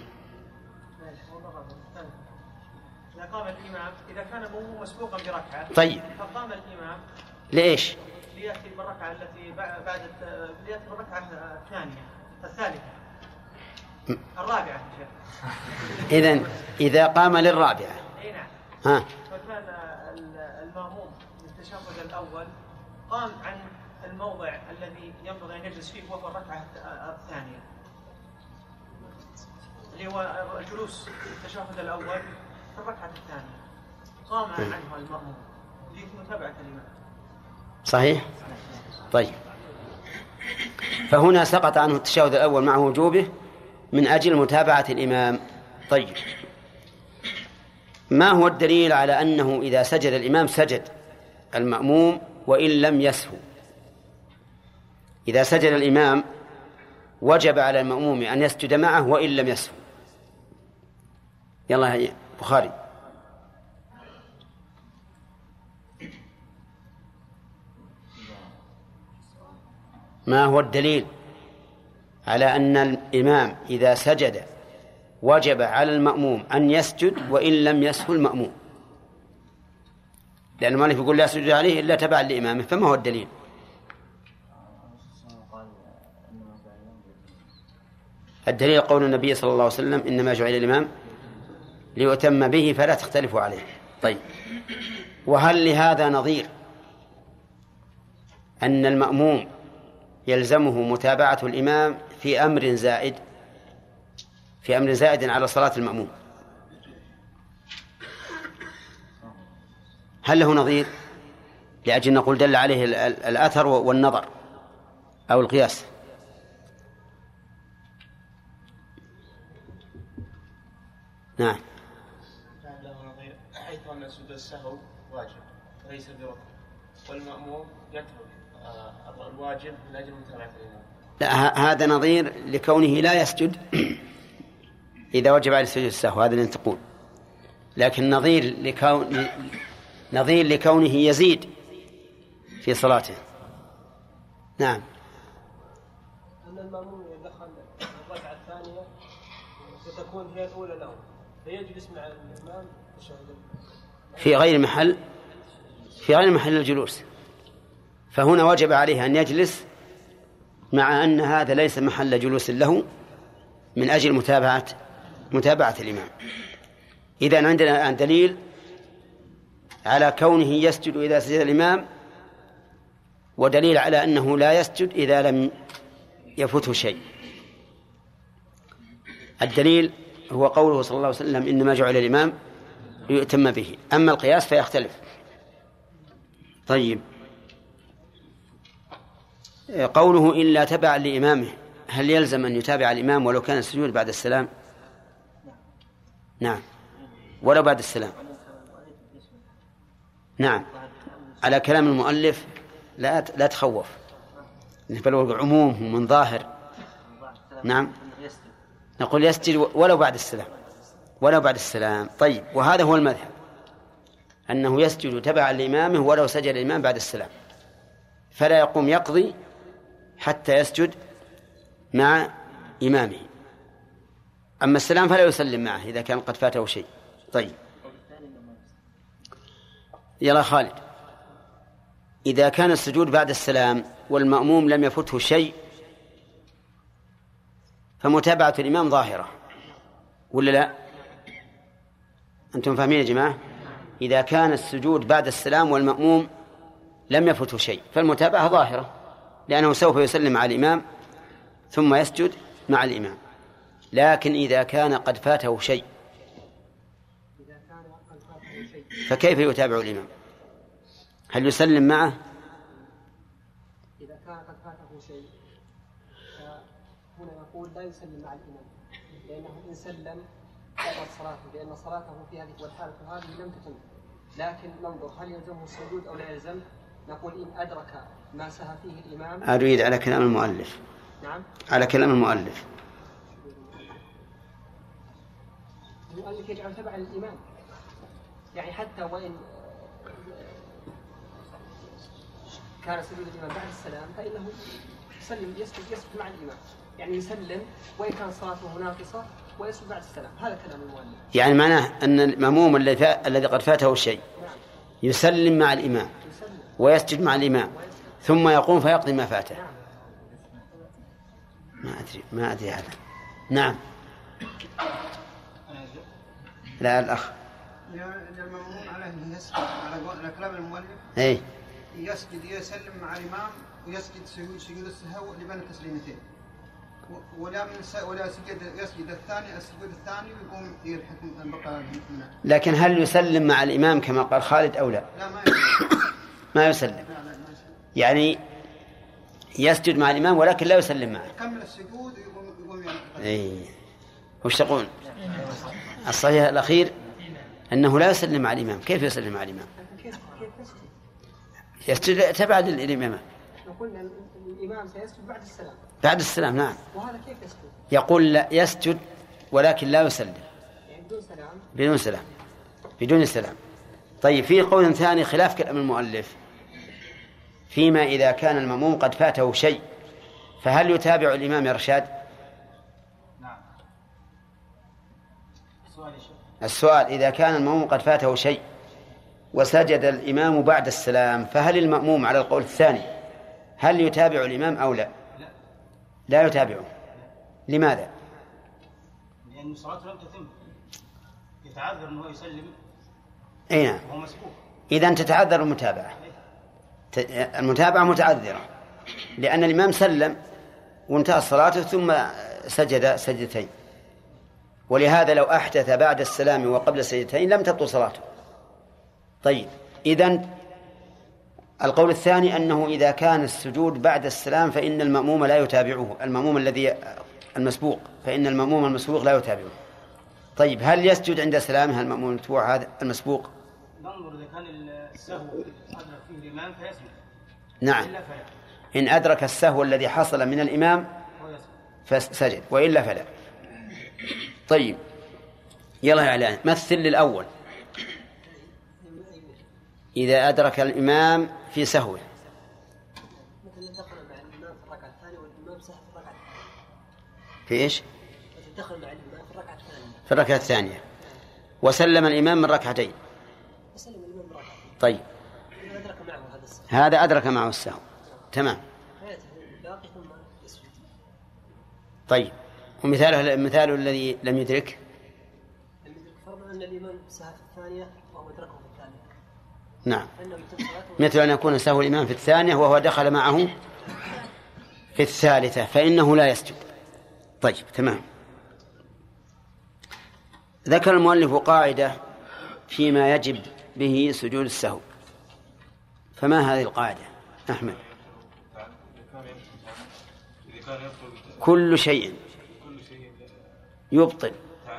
إذا قام الإمام، إذا كان المأموم مسبوقا بركعة، طيب فقام الإمام ليش؟ ليأتي بالركعة التي بعد ليأتي بالركعة الثالثة الرابعة. إذن إذا قام للرابعة نعم. فكان المأموم للتشهد الأول قام عن الموضع الذي ينبغي أن يجلس فيه وهو الركعة الثانية، هو الجلوس في التشهد الأول في الركعة الثانية قام عنه المأموم لمتابعة الإمام. صحيح. طيب، فهنا سقط عنه التشهد الأول مع وجوبه من أجل متابعة الإمام. طيب، ما هو الدليل على أنه إذا سجد الإمام سجد المأموم وإن لم يسهو؟ إذا سجد الإمام وجب على المأموم أن يسجد معه وإن لم يسهو. يلا يا بخاري. ما هو الدليل على أن الإمام إذا سجد وجب على المأموم أن يسجد وإن لم يسهو المأموم؟ لأن المؤلف يقول لا سجد عليه إلا تبعا لإمامه، فما هو الدليل؟ الدليل قول النبي صلى الله عليه وسلم إنما جعل الإمام ليؤتم به فلا تختلفوا عليه. طيب، وهل لهذا نظير أن المأموم يلزمه متابعة الإمام في أمر زائد على صلاة المأموم؟ هل له نظير لأجل نقول دل عليه الأثر والنظر أو القياس؟ نعم. له نظير حيث أن سجود السهو واجب ليس بركن، والمأموم يترك الواجب من أجل متابعة الإمام. لا، هذا نظير لكونه لا يسجد إذا وجب عليه سجود السهو، هذا اللي تقول. لكن نظير لكونه يزيد في صلاته. نعم. أن المأموم يدخل الركعة الثانية ستكون هي الأولى له فيجلس مع الإمام في غير محل الجلوس، فهنا وجب عليه أن يجلس مع أن هذا ليس محل جلوس له من أجل متابعة الإمام. إذن عندنا دليل على كونه يسجد إذا سجد الإمام، ودليل على أنه لا يسجد إذا لم يفوته شيء. الدليل هو قوله صلى الله عليه وسلم إنما جعل الإمام ليؤتم به. أما القياس فيختلف. طيب، قوله إلا تبعا لإمامه، هل يلزم أن يتابع الإمام ولو كان السجود بعد السلام؟ نعم، ولو بعد السلام. نعم، على كلام المؤلف لا تخوف، بل عموم من ظاهر. نعم، نقول يسجد ولو بعد السلام. طيب، وهذا هو المذهب، أنه يسجد تبعا لإمامه ولو سجد الإمام بعد السلام، فلا يقوم يقضي حتى يسجد مع إمامه. أما السلام فلا يسلم معه إذا كان قد فاته شيء. طيب، يلا خالد. إذا كان السجود بعد السلام والمأموم لم يفته شيء فمتابعة الإمام ظاهرة ولا لا؟ أنتم فاهمين يا جماعة؟ إذا كان السجود بعد السلام والمأموم لم يفته شيء فالمتابعة ظاهرة، لأنه سوف يسلم مع الإمام ثم يسجد مع الإمام. لكن إذا كان قد فاته شيء فكيف يتابع الإمام؟ هل يسلم معه؟ إذا كان قد فاته شيء فهنا يقول لا يسلم مع الإمام، لأنه إن سلم بطلت صلاته، لأن صلاته في هذه والحالة هذه لم تتم. لكن ننظر هل يلزمه السجود أو لا يلزم. نقول إن أدرك ما سهى فيه الإمام. أريد على كلام المؤلف. نعم، على كلام المؤلف يجعل تبعا للإمام، يعني حتى وإن كان سجود الإمام بعد السلام فإنه يسجد مع الإمام، يعني يسلم وإن كان صلاته ناقصة ويسجد بعد السلام. هذا كلام المؤلف. يعني معناه أن المأموم الذي قد فاته شيء يسلم مع الإمام ويسجد مع الإمام ثم يقوم فيقضي ما فاته. ما أدري هذا. نعم. لا، الأخ. المأموم عليه يسجد على كلام المؤلف. إيه. يسجد يسلم مع الإمام ويسجد سجود السهو لبين التسليمتين. ولا يسجد الثاني السجود الثاني ويقوم يلحق البقاء. لكن هل يسلم مع الإمام كما قال خالد أو لا؟ لا ما يسلم. ما يسلم. يعني يسجد مع الإمام ولكن لا يسلم معه. يكمل السجود ويقوم إيه. وش تقول؟ الصحيح الأخير أنه لا يسلم مع الإمام. كيف يسلم مع الإمام؟ يسجد تبعد الإمام. قلنا الإمام سيسجد بعد السلام. بعد السلام نعم. وهذا كيف يسجد؟ يقول لا يسجد ولكن لا يسلم. يعني بدون سلام. بدون سلام. بدون السلام. طيب في قول ثاني خلاف كلام المؤلف فيما إذا كان المأموم قد فاته شيء فهل يتابع الإمام يا رشاد؟ نعم. السؤال إذا كان المأموم قد فاته شيء وسجد الإمام بعد السلام فهل المأموم على القول الثاني هل يتابع الإمام أو لا؟ لا يتابعه. لماذا؟ لأن صلاته لم تتم، يتعذر أنه يسلم. أي نعم. وهو مسبوق. إذن تتعذر المتابعة. المتابعة متعذرة لأن الإمام سلم وانتهى صلاته ثم سجد سجدتين، ولهذا لو أحدث بعد السلام وقبل السجدتين لم تبطل صلاته. طيب إذن القول الثاني أنه إذا كان السجود بعد السلام فإن المأموم لا يتابعه، المأموم الذي المسبوق فإن المأموم المسبوق لا يتابعه. طيب هل يسجد عند سلامه المأموم المتبوع هذا المسبوق؟ ننظر إذا كان السهو أدرك فيه الإمام فيسجد. نعم. إن أدرك السهو الذي حصل من الإمام فسجد وإلا فلا. طيب يلا يا علان مثل للأول. إذا أدرك الإمام في سهوه مثل دخل مع الإمام في الركعة الثانية والإمام سهى في الركعة الثانية. في إيش؟ مثل دخل مع الإمام في الركعة الثانية. في الركعة الثانية وسلم الإمام من ركعتين. وسلم الإمام من ركعتين. طيب أدرك معه هذا السهو. هذا أدرك معه السهو. تمام. طيب ومثاله الذي لم يدرك فرضا أن الإمام سهى في الثانية وهو أدركه في الثانية. نعم. مثل أن يكون سهو الإمام في الثانية وهو دخل معه في الثالثة فإنه لا يسجد. طيب تمام. ذكر المؤلف قاعدة فيما يجب به سجود السهو، فما هذه القاعدة أحمد؟ كل شيء يبطل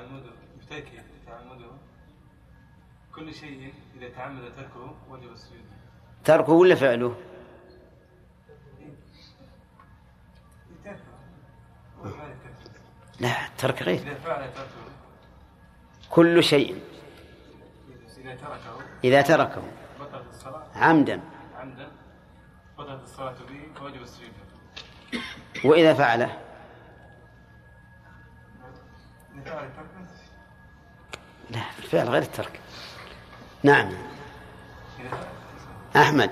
كل شيء إذا تعمد تركه وجب السجود. تركه ولا فعله؟ لا ترك غير. كل شيء إذا تركه عمدا بطلت الصلاة به وجب السجود. وإذا فعله لا الفعل غير الترك. نعم أحمد.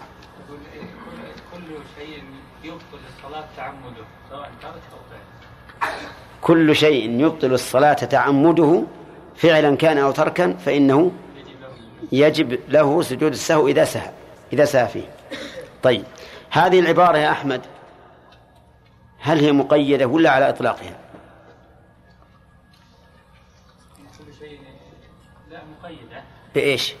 كل شيء يبطل الصلاة تعمده سواء ترك أو فعل. كل شيء يبطل الصلاة تعمده فعلا كان أو تركا فإنه يجب له سجود السهو إذا سهى فيه. طيب هذه العبارة يا أحمد هل هي مقيدة ولا على إطلاقها؟ كل شيء لا مقيدة. بإيش؟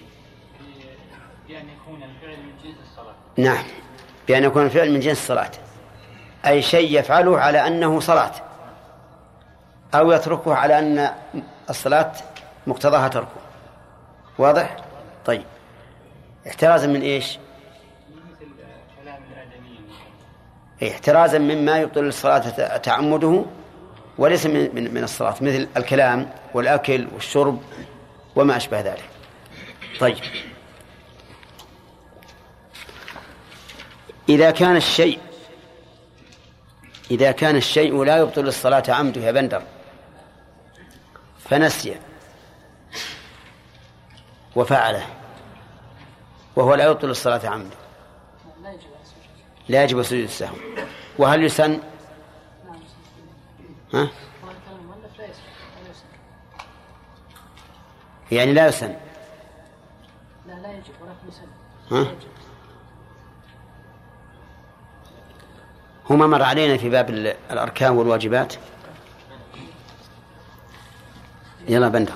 بأن يكون الفعل من جنس الصلاة. نعم بأن يكون الفعل من جنس الصلاة، أي شيء يفعله على أنه صلاة أو يتركه على أن الصلاة مقتضاها تركه. واضح؟ طيب احترازا من إيش؟ مثل كلام الآدميين. احترازا مما يبطل الصلاة تعمده وليس من الصلاة مثل الكلام والأكل والشرب وما أشبه ذلك. طيب إذا كان الشيء لا يبطل الصلاة عمده يا بندر فنسي وفعله وهو لا يبطل الصلاة عمده لا يجب سجود السهو. وهل يسن؟ ها؟ يعني لا يسن. لا يجب ولكن يسن. ها؟ هما مر علينا في باب الأركان والواجبات. يلا بندر.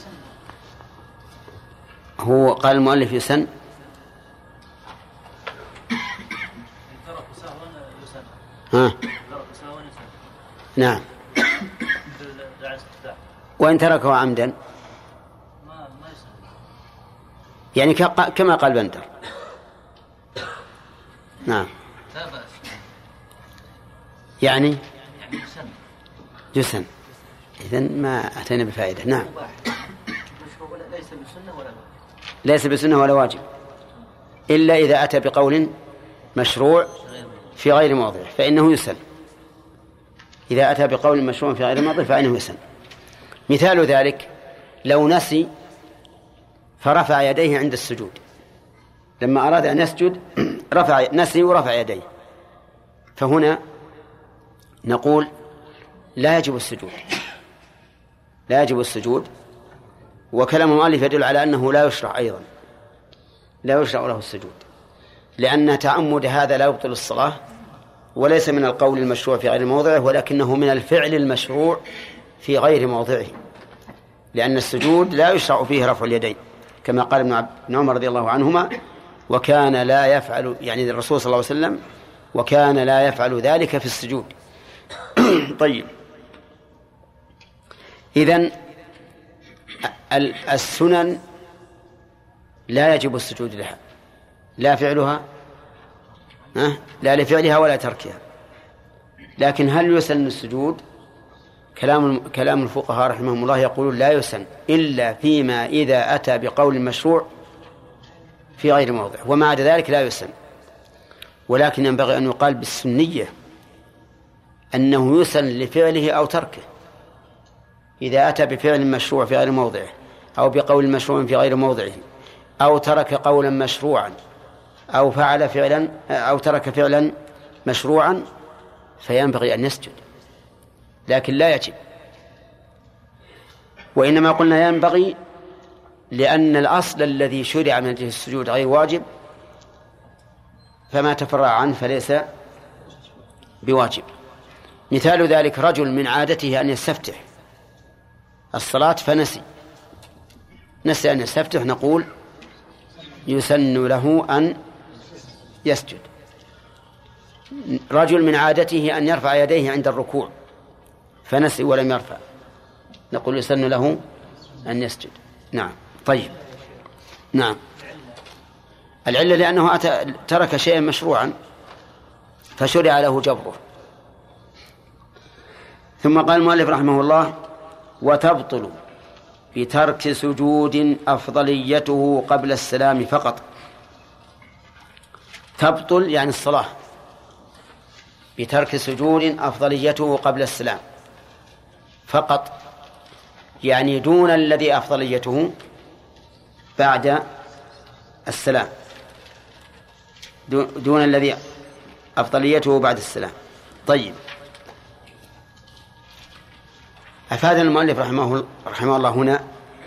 هو قال المؤلف يسن ها. نعم. وإن تركه عمدا يعني كما قال بندر. نعم. يعني يسن. إذن ما أتينا بفائدة. نعم. ليس بسنة ولا واجب إلا إذا أتى بقول مشروع في غير موضعه فإنه يسن. إذا أتى بقول مشروع في غير موضعه فإنه يسن. مثال ذلك لو نسي فرفع يديه عند السجود، لما أراد أن يسجد نسي ورفع يديه، فهنا نقول لا يجب السجود، لا يجب السجود. وكلام المؤلف يدل على أنه لا يشرع أيضا، لا يشرع له السجود، لأن تعمد هذا لا يبطل الصلاة، وليس من القول المشروع في غير موضعه، ولكنه من الفعل المشروع في غير موضعه، لأن السجود لا يشرع فيه رفع اليدين، كما قال ابن عمر رضي الله عنهما: وكان لا يفعل، يعني الرسول صلى الله عليه وسلم، وكان لا يفعل ذلك في السجود. طيب، إذن السنن لا يجب السجود لها، لا فعلها لا لفعلها ولا تركها. لكن هل يسن السجود؟ كلام الفقهاء رحمهم الله يقولون لا يسن إلا فيما إذا أتى بقول مشروع في غير موضع، وما عدا ذلك لا يسن. ولكن ينبغي أن يقال بالسنية أنه يسن لفعله أو تركه. إذا أتى بفعل مشروع في غير موضعه، أو بقول مشروع في غير موضعه، أو ترك قولا مشروعا، أو فعل فعلا، أو ترك فعلا مشروعا، فينبغي أن يسجد، لكن لا يجب. وإنما قلنا ينبغي لأن الأصل الذي شرع من أجل السجود غير واجب، فما تفرع عنه فليس بواجب. مثال ذلك رجل من عادته أن يستفتح الصلاة فنسي أن يستفتح، نقول يسن له أن يسجد. رجل من عادته أن يرفع يديه عند الركوع فنسي ولم يرفع، نقول يسن له أن يسجد. نعم. طيب. نعم. العلة لأنه ترك شيئا مشروعا فشرع له جبره. ثم قال المؤلف رحمه الله: وتبطل بترك سجود أفضليته قبل السلام فقط. تبطل يعني الصلاة بترك سجود أفضليته قبل السلام فقط، يعني دون الذي أفضليته بعد السلام، دون الذي أفضليته بعد السلام. طيب، أفاد المؤلف رحمه الله هنا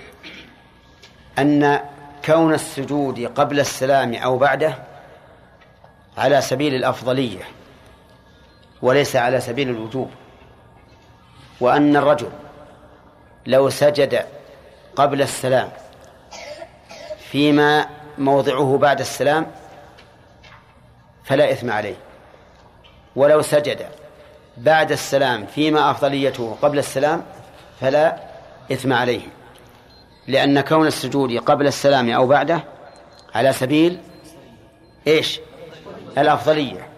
أن كون السجود قبل السلام أو بعده على سبيل الأفضلية وليس على سبيل الوجوب، وأن الرجل لو سجد قبل السلام فيما موضعه بعد السلام فلا إثم عليه، ولو سجد بعد السلام فيما أفضليته قبل السلام فلا إثم عليه، لأن كون السجود قبل السلام أو بعده على سبيل الأفضلية.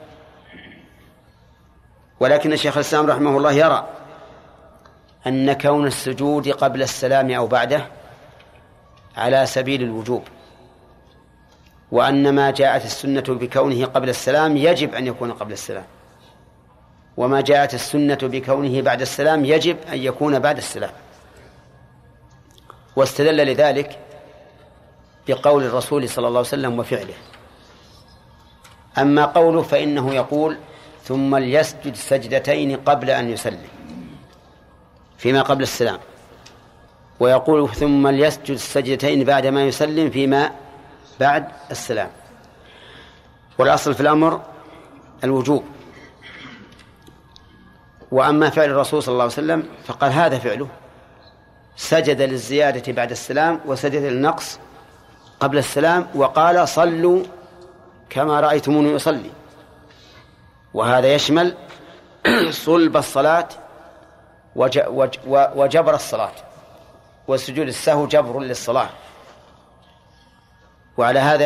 ولكن الشيخ الإسلام رحمه الله يرى أن كون السجود قبل السلام أو بعده على سبيل الوجوب، وأن ما جاءت السنة بكونه قبل السلام يجب أن يكون قبل السلام، وما جاءت السنة بكونه بعد السلام يجب أن يكون بعد السلام. واستدل لذلك بقول الرسول صلى الله عليه وسلم وفعله. أما قوله فإنه يقول: ثم ليسجد سجدتين قبل أن يسلم فيما قبل السلام، ويقول: ثم ليسجد سجدتين بعد ما يسلم فيما بعد السلام. والأصل في الأمر الوجوب، وأما فعل الرسول صلى الله عليه وسلم فقال هذا فعله، سجد للزيادة بعد السلام وسجد للنقص قبل السلام، وقال صلوا كما رأيتموني يصلي. وهذا يشمل صلب الصلاة وجبر الصلاة، والسجود السهو جبر للصلاة. وعلى هذا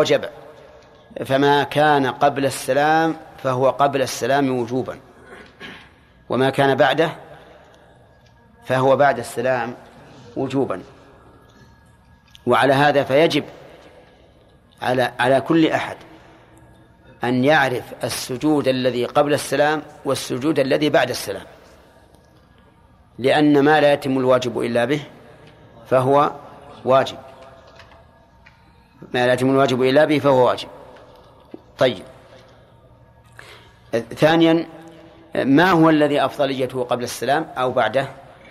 فما كان قبل السلام فهو قبل السلام وجوبا، وما كان بعده فهو بعد السلام وجوبا. وعلى هذا فيجب على كل أحد أن يعرف السجود الذي قبل السلام والسجود الذي بعد السلام، لأن ما لا يتم الواجب إلا به فهو واجب، ما لا يتم الواجب إلا به فهو واجب. طيب، ثانيا، ما هو الذي أفضليته قبل السلام أو بعده؟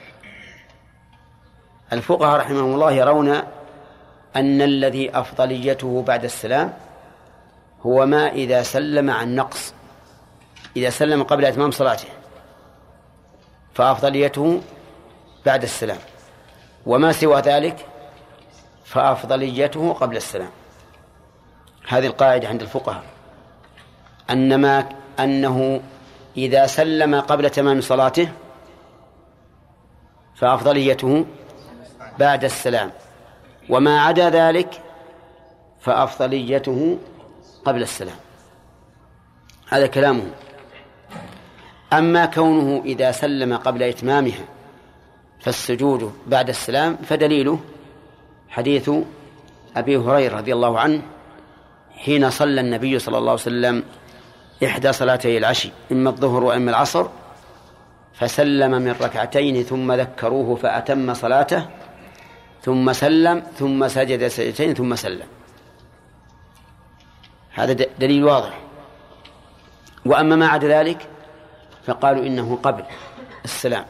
الفقهاء رحمهم الله يرون أن الذي أفضليته بعد السلام هو ما إذا سلم عن نقص، إذا سلم قبل إتمام صلاته فأفضليته بعد السلام، وما سوى ذلك فأفضليته قبل السلام. هذه القاعدة عند الفقهاء، أنه إذا سلم قبل تمام صلاته فأفضليته بعد السلام، وما عدا ذلك فأفضليته قبل السلام. هذا كلامه. أما كونه إذا سلم قبل إتمامها فالسجود بعد السلام فدليله حديث أبي هريرة رضي الله عنه حين صلى النبي صلى الله عليه وسلم إحدى صلاتي العشي، إما الظهر وإما العصر، فسلم من ركعتين ثم ذكروه فأتم صلاته ثم سلم ثم سجد سجدتين ثم سلم. هذا دليل واضح. وأما ما عدا ذلك فقالوا إنه قبل السلام،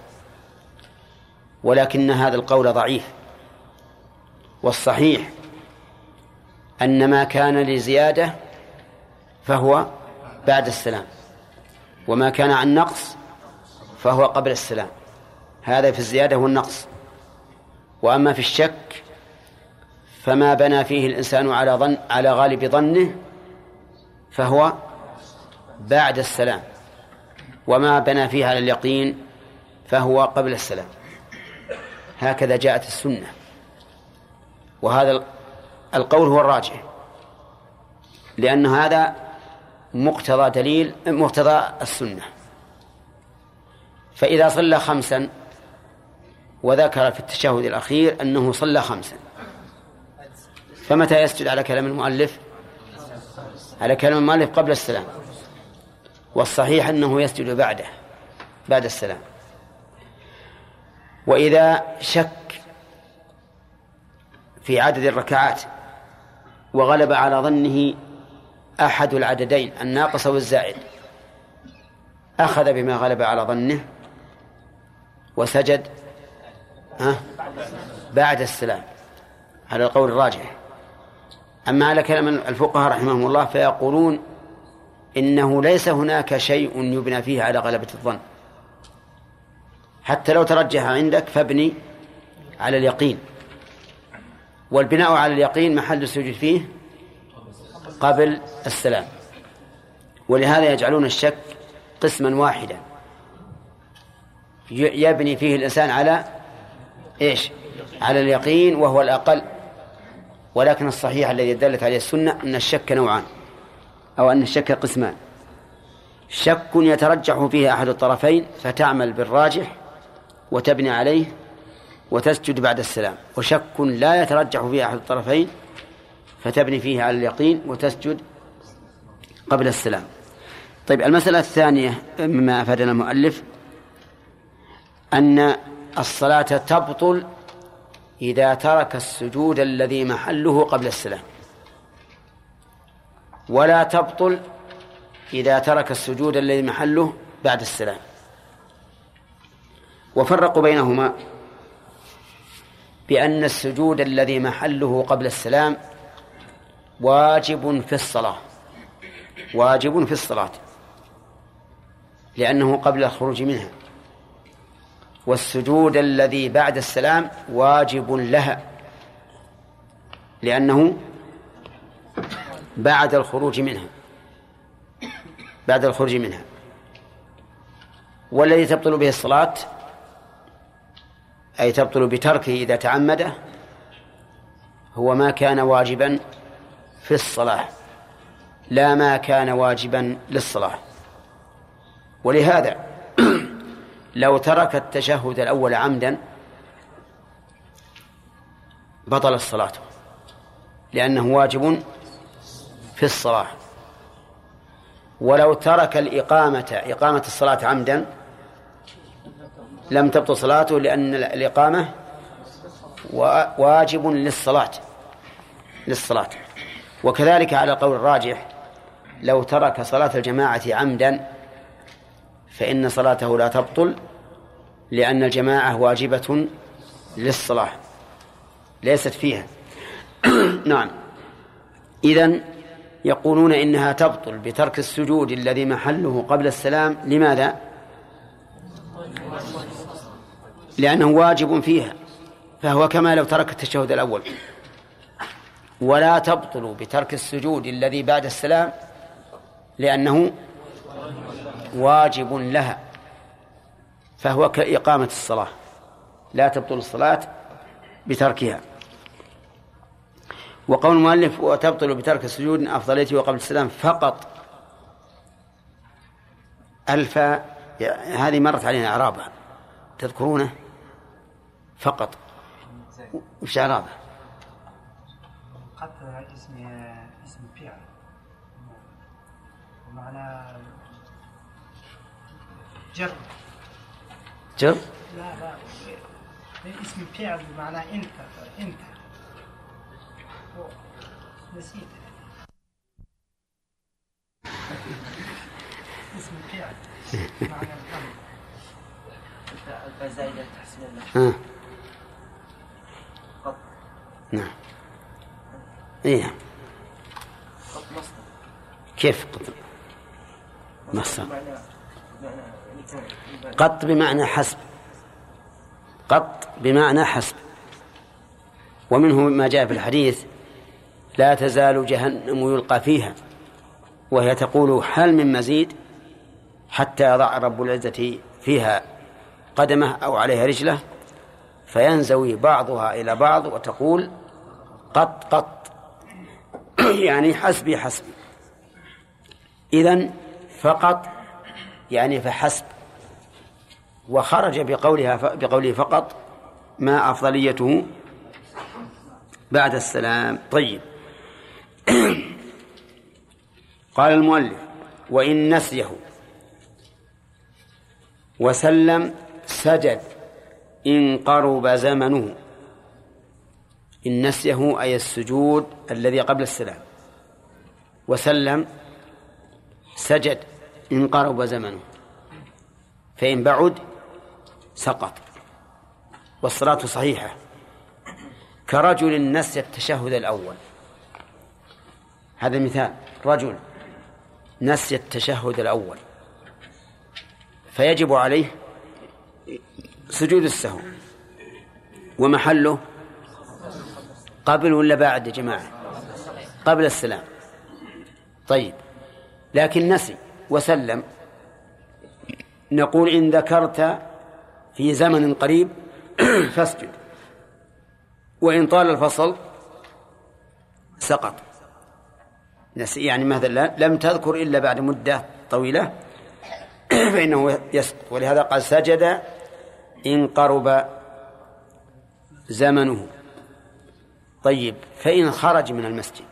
ولكن هذا القول ضعيف، والصحيح أن ما كان لزيادة فهو بعد السلام، وما كان عن نقص فهو قبل السلام. هذا في الزيادة والنقص. وأما في الشك فما بنى فيه الإنسان على غالب ظنه فهو بعد السلام، وما بنى فيه على اليقين فهو قبل السلام. هكذا جاءت السنة، وهذا القول هو الراجح، لأن هذا مقتضى السنة. فإذا صلى 5 وذكر في التشهد الأخير أنه صلى 5، فمتى يسجد على كلام المؤلف؟ على كلام المؤلف قبل السلام، والصحيح أنه يسجد بعد السلام. وإذا شك في عدد الركعات وغلب على ظنه أحد العددين الناقص والزائد، أخذ بما غلب على ظنه وسجد بعد السلام على القول الراجح. أما على كلام الفقهاء رحمهم الله فيقولون إنه ليس هناك شيء يبنى فيه على غلبة الظن، حتى لو ترجح عندك فابني على اليقين، والبناء على اليقين محل السجود فيه قبل السلام. ولهذا يجعلون الشك قسما واحدا يبني فيه الإنسان على على اليقين وهو الأقل. ولكن الصحيح الذي دلت عليه السنة أن الشك نوعان، أو أن الشك قسمان: شك يترجح فيه أحد الطرفين فتعمل بالراجح وتبني عليه وتسجد بعد السلام، وشك لا يترجح فيه أحد الطرفين فتبني فيه على اليقين وتسجد قبل السلام. طيب، المسألة الثانية مما أفادنا المؤلف أن الصلاة تبطل إذا ترك السجود الذي محله قبل السلام، ولا تبطل إذا ترك السجود الذي محله بعد السلام. وفرقوا بينهما بأن السجود الذي محله قبل السلام واجب في الصلاة، لأنه قبل الخروج منها، والسجود الذي بعد السلام واجب لها لأنه بعد الخروج منها. والذي تبطل به الصلاة أي تبطل بتركه إذا تعمده هو ما كان واجبا في الصلاة لا ما كان واجبا للصلاة. ولهذا لو ترك التشهد الأول عمدا بطل الصلاة لأنه واجب في الصلاة. ولو ترك إقامة الصلاة عمدا لم تبطل صلاته لأن الإقامة واجب للصلاة. وكذلك على قول الراجح لو ترك صلاة الجماعة عمدا فإن صلاته لا تبطل لأن الجماعة واجبة للصلاة ليست فيها. نعم. إذن يقولون إنها تبطل بترك السجود الذي محله قبل السلام. لماذا؟ لأنه واجب فيها فهو كما لو ترك التشهد الأول. ولا تبطل بترك السجود الذي بعد السلام لأنه واجب لها فهو كإقامة الصلاة لا تبطل الصلاة بتركها. وقول المؤلف وتبطل بترك السجود أفضليته وقبل السلام فقط الفاء هذه مرت علينا إعرابها تذكرونه فقط وش إعرابها؟ قط اسم فعل ومعنى جر لا اسم فعل بمعنى انت نسيت اسم فعل معنى الزائدة تحسين الله قط. نعم. إيه. قط مصدر. كيف قط مصدر؟ قط بمعنى حسب. قط بمعنى حسب. ومنه ما جاء في الحديث لا تزال جهنم يلقى فيها وهي تقول هل من مزيد حتى يضع رب العزة فيها قدمه أو عليها رجله فينزوي بعضها إلى بعض وتقول قط يعني حسبي. إذن فقط يعني فحسب. وخرج بقوله فقط ما أفضليته بعد السلام. طيب. قال المؤلف وإن نسيه وسلم سجد إن قرب زمنه. إن نسيه أي السجود الذي قبل السلام وسلم سجد إن قرب زمنه فإن بعد سقط والصلاة صحيحة. كرجل نسي التشهد الأول. هذا مثال. رجل نسي التشهد الأول فيجب عليه سجود السهو ومحله قبل ولا بعد يا جماعة؟ قبل السلام. طيب. لكن نسي وسلم نقول إن ذكرت في زمن قريب فاسجد وإن طال الفصل سقط. نسي يعني مثلا لم تذكر إلا بعد مدة طويلة فإنه يسقط. ولهذا قال سجد إن قرب زمنه. طيب. فإن خرج من المسجد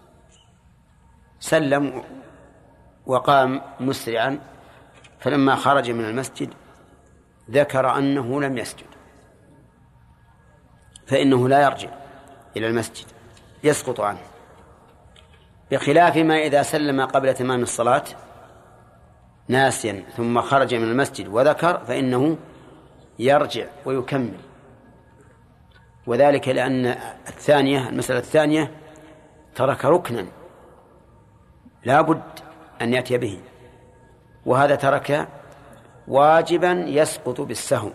سلم وقام مسرعا فلما خرج من المسجد ذكر أنه لم يسجد فإنه لا يرجع إلى المسجد يسقط عنه. بخلاف ما إذا سلم قبل تمام الصلاة ناسيا ثم خرج من المسجد وذكر فإنه يرجع ويكمل. وذلك لأن المسألة الثانية ترك ركنا لا بد أن يأتي به وهذا ترك واجبا يسقط بالسهو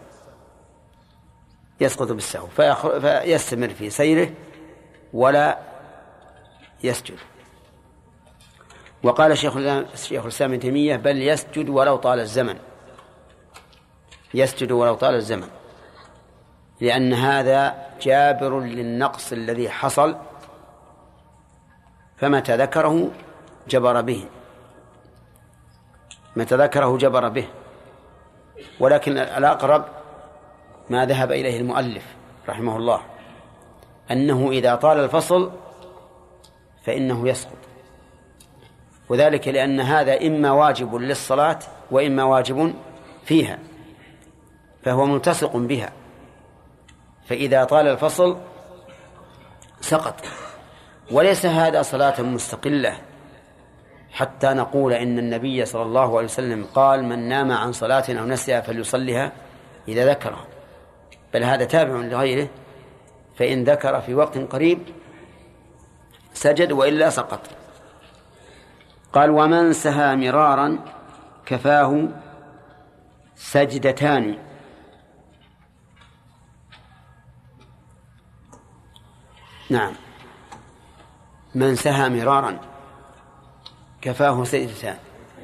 فيستمر في سيره ولا يسجد. وقال شيخ الإسلام ابن تيمية بل يسجد ولو طال الزمن، لأن هذا جابر للنقص الذي حصل، فمتى ذكره جبر به. ولكن الأقرب ما ذهب إليه المؤلف رحمه الله أنه إذا طال الفصل فإنه يسقط، وذلك لأن هذا إما واجب للصلاة وإما واجب فيها، فهو ملتصق بها، فإذا طال الفصل سقط. وليس هذا صلاة مستقلة حتى نقول إن النبي صلى الله عليه وسلم قال من نام عن صلاة أو نسيها فليصلها إذا ذكرها، بل هذا تابع لغيره، فإن ذكر في وقت قريب سجد وإلا سقط. قال ومن سهى مرارا كفاه سجدتان. نعم، من سهى مرارا كفاه سجدتان،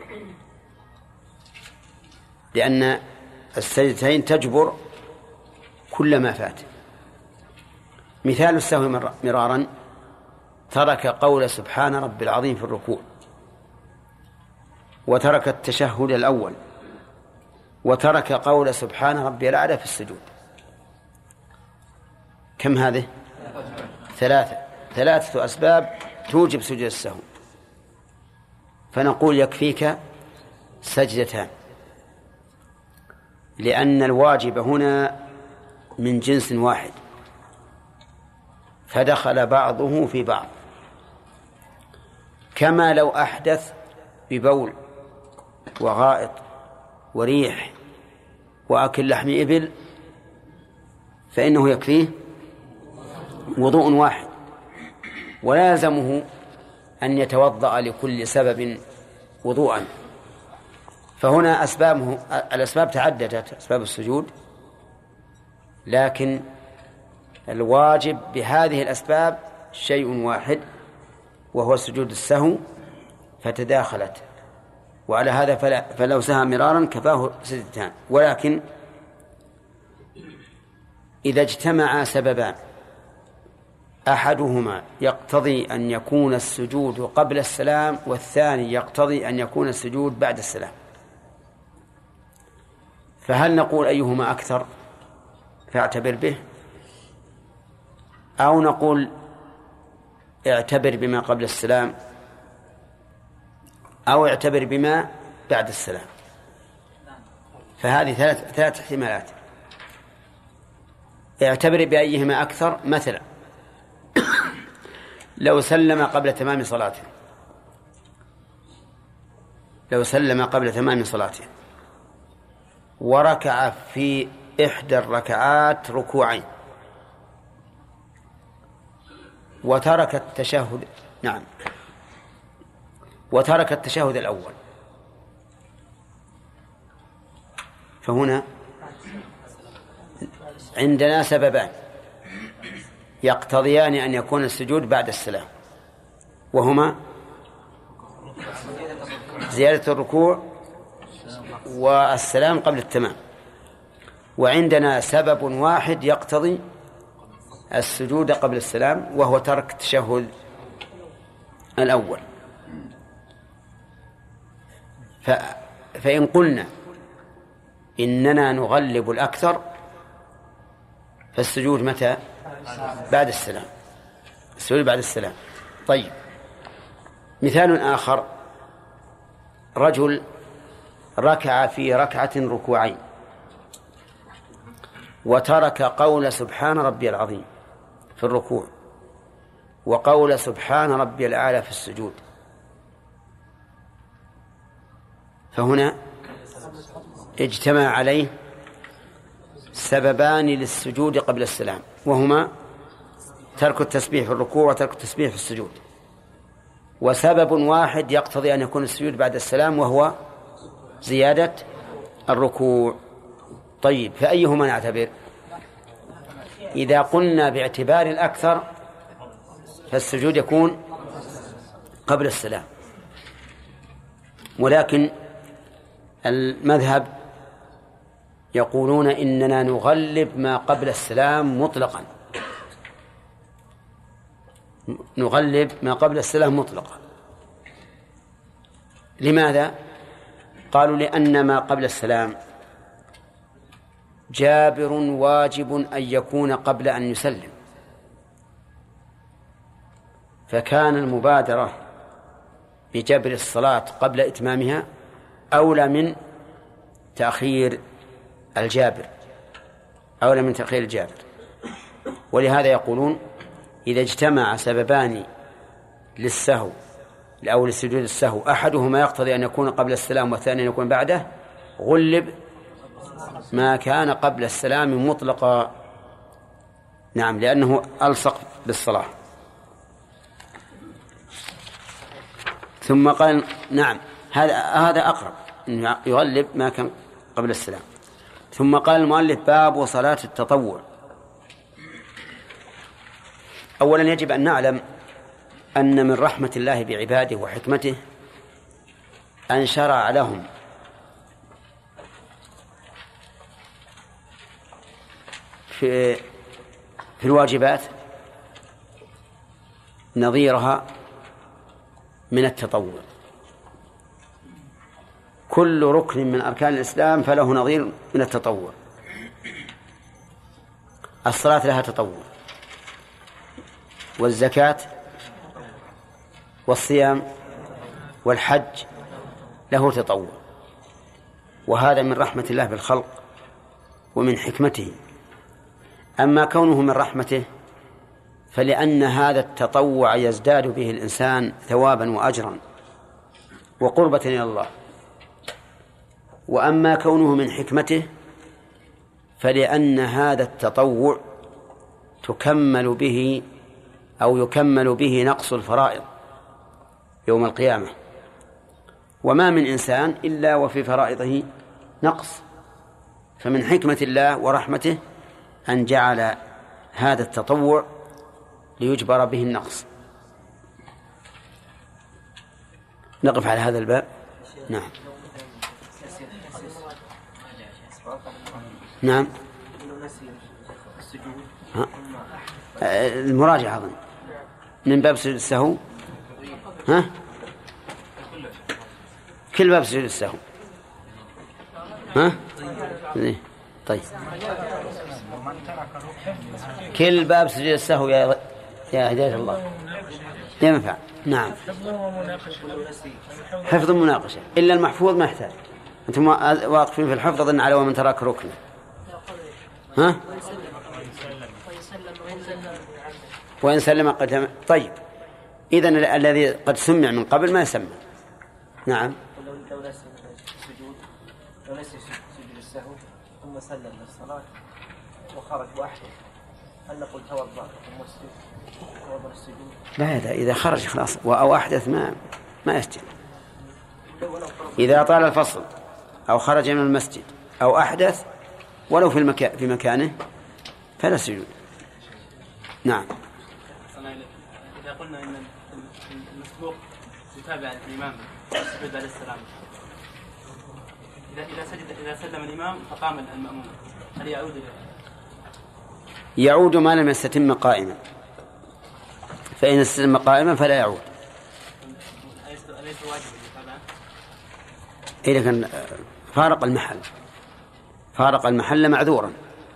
لأن السجدتين تجبر كل ما فات. مثال السهو مرارا ترك قول سبحان ربي العظيم في الركوع، وترك التشهد الأول، وترك قول سبحان ربي الأعلى في السجود. كم هذه؟ ثلاثة أسباب توجب سجود السهو، فنقول يكفيك سجدتان، لأن الواجب هنا من جنس واحد فدخل بعضه في بعض، كما لو أحدث ببول وغائط وريح وأكل لحم إبل فإنه يكفيه وضوء واحد، ولا يلزمه أن يتوضأ لكل سبب وضوءا. فهنا الأسباب تعددت، أسباب السجود، لكن الواجب بهذه الأسباب شيء واحد وهو سجود السهو، فتداخلت، وعلى هذا فلو سهى مرارا كفاه سجدتان. ولكن إذا اجتمع سببان أحدهما يقتضي أن يكون السجود قبل السلام والثاني يقتضي أن يكون السجود بعد السلام، فهل نقول أيهما أكثر فاعتبر به، أو نقول اعتبر بما قبل السلام، أو اعتبر بما بعد السلام؟ فهذه ثلاث احتمالات. اعتبر بأيهما أكثر. مثلا لو سلم قبل تمام صلاته وركع في إحدى الركعات ركوعين وترك التشهد الأول، فهنا عندنا سببان يقتضيان أن يكون السجود بعد السلام، وهما زيادة الركوع والسلام قبل التمام، وعندنا سبب واحد يقتضي السجود قبل السلام وهو ترك التشهد الأول. فإن قلنا إننا نغلب الأكثر فالسجود متى؟ بعد السلام، السجود بعد السلام. طيب، مثال آخر، رجل ركع في ركعة ركوعين وترك قول سبحان ربي العظيم في الركوع وقول سبحان ربي الأعلى في السجود، فهنا اجتمع عليه سببان للسجود قبل السلام، وهما ترك التسبيح في الركوع وترك التسبيح في السجود، وسبب واحد يقتضي أن يكون السجود بعد السلام وهو زيادة الركوع. طيب فأيهما نعتبر؟ إذا قلنا باعتبار الأكثر فالسجود يكون قبل السلام، ولكن المذهب يقولون إننا نغلب ما قبل السلام مطلقا، نغلب ما قبل السلام مطلقا. لماذا؟ قالوا لأن ما قبل السلام جابر واجب أن يكون قبل أن يسلم، فكان المبادرة بجبر الصلاة قبل إتمامها أولى من تأخير الجابر، أولى من تأخير الجابر. ولهذا يقولون إذا اجتمع سببان للسهو أو للسجود السهو أحدهما يقتضي أن يكون قبل السلام والثاني أن يكون بعده، غلب ما كان قبل السلام مطلقا. نعم، لأنه ألصق بالصلاة. ثم قال نعم هذا أقرب أنه يغلب ما كان قبل السلام. ثم قال المؤلف باب صلاة التطوع. أولا يجب أن نعلم أن من رحمة الله بعباده وحكمته أن شرع لهم في الواجبات نظيرها من التطوع. كل ركن من أركان الإسلام فله نظير من التطوع. الصلاة لها تطوع، والزكاة والصيام والحج له تطوع، وهذا من رحمة الله بالخلق ومن حكمته. أما كونه من رحمته فلأن هذا التطوع يزداد به الإنسان ثوابا وأجرا وقربة إلى الله. وأما كونه من حكمته فلأن هذا التطوع تكمل به أو يكمل به نقص الفرائض يوم القيامة، وما من إنسان إلا وفي فرائضه نقص. فمن حكمة الله ورحمته أن جعل هذا التطوع ليجبر به النقص. نقف على هذا الباب. نعم نعم المراجعة أظن من باب سجود السهو. ها كل باب سجود السهو. ها طيب كل باب سجود السهو يا هداية الله ينفع. نعم حفظ مناقشة إلا المحفوظ ما يحتاج. أنتم واقفين في الحفظ أظن على ومن ترك ركن. ها وإن سلم قد. طيب إذن الذي قد سمع من قبل ما يسمى. نعم لو نسي سجود السهو ثم سلم للصلاة وخرج وحده، هل نقول توضأ ثم توضأ السجود؟ لا، هذا إذا خرج خلاص أو أحدث ما يسجد. إذا طال الفصل أو خرج من المسجد أو أحدث ولو في مكانه فلا سجود. نعم. إذا قلنا إن المسبوق يتابع الإمام السجود عليه السلام، إذا سلم الإمام فقام المأموم، هل يعود إليه؟ يعود ما لم يستتم قائما، فإن استتم قائما فلا يعود. أليس واجب المتابعة؟ إذا كان فارق المحل معذورا.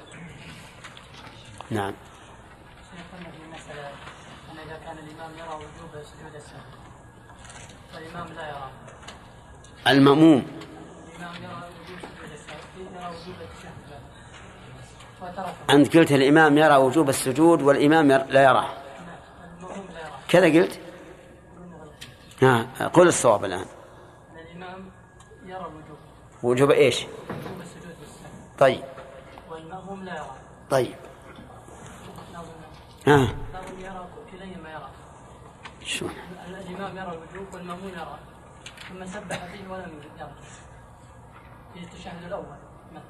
نعم. إذا كان الإمام يرى وجوب سجود السهو والإمام لا يرى، المأموم أنت قلت الإمام يرى وجوب السجود والإمام لا يراه، كذا قلت. قل الصواب الآن. الإمام يرى وجوب إيش؟ وجوب السجود والسهو. طيب. والمأموم لا يرى. طيب. يرى كليهما يرى. شلون؟ الإمام يرى الوجوب والمأموم يرى، ثم سبح فيه ولم يرى. في التشهد الأول مثلا.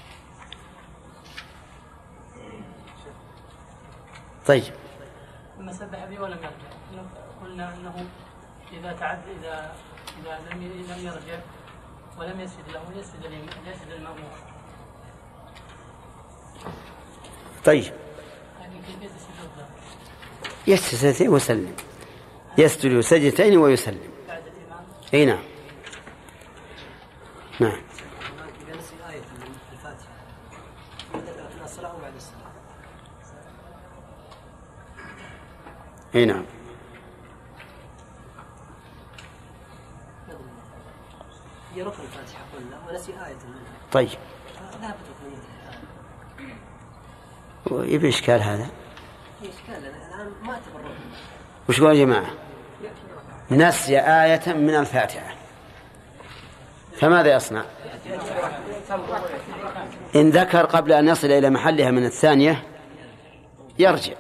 طيب. ثم سبح به ولم يرجع. قلنا أنه إذا تعد إذا لم يرجع ولم يسجد له يسجد المأموم. طيب. يعني كيفية السجود له؟ يسجد سجدتين ويسلم. يسجد سجدتين ويسلم. بعد الإمام. أي نعم. نعم. إذا نسي آية من الفاتحة أثناء الصلاة وبعد الصلاة. أي نعم. هي ركن الفاتحة قلنا ونسي آية منها. طيب. ذهبت ركنيتها. يبي إشكال هذا؟ إشكال الآن ما تبرر. وش قالوا يا جماعة؟ نسي آية من الفاتحة فماذا يصنع؟ إن ذكر قبل أن يصل إلى محلها من الثانية يرجع،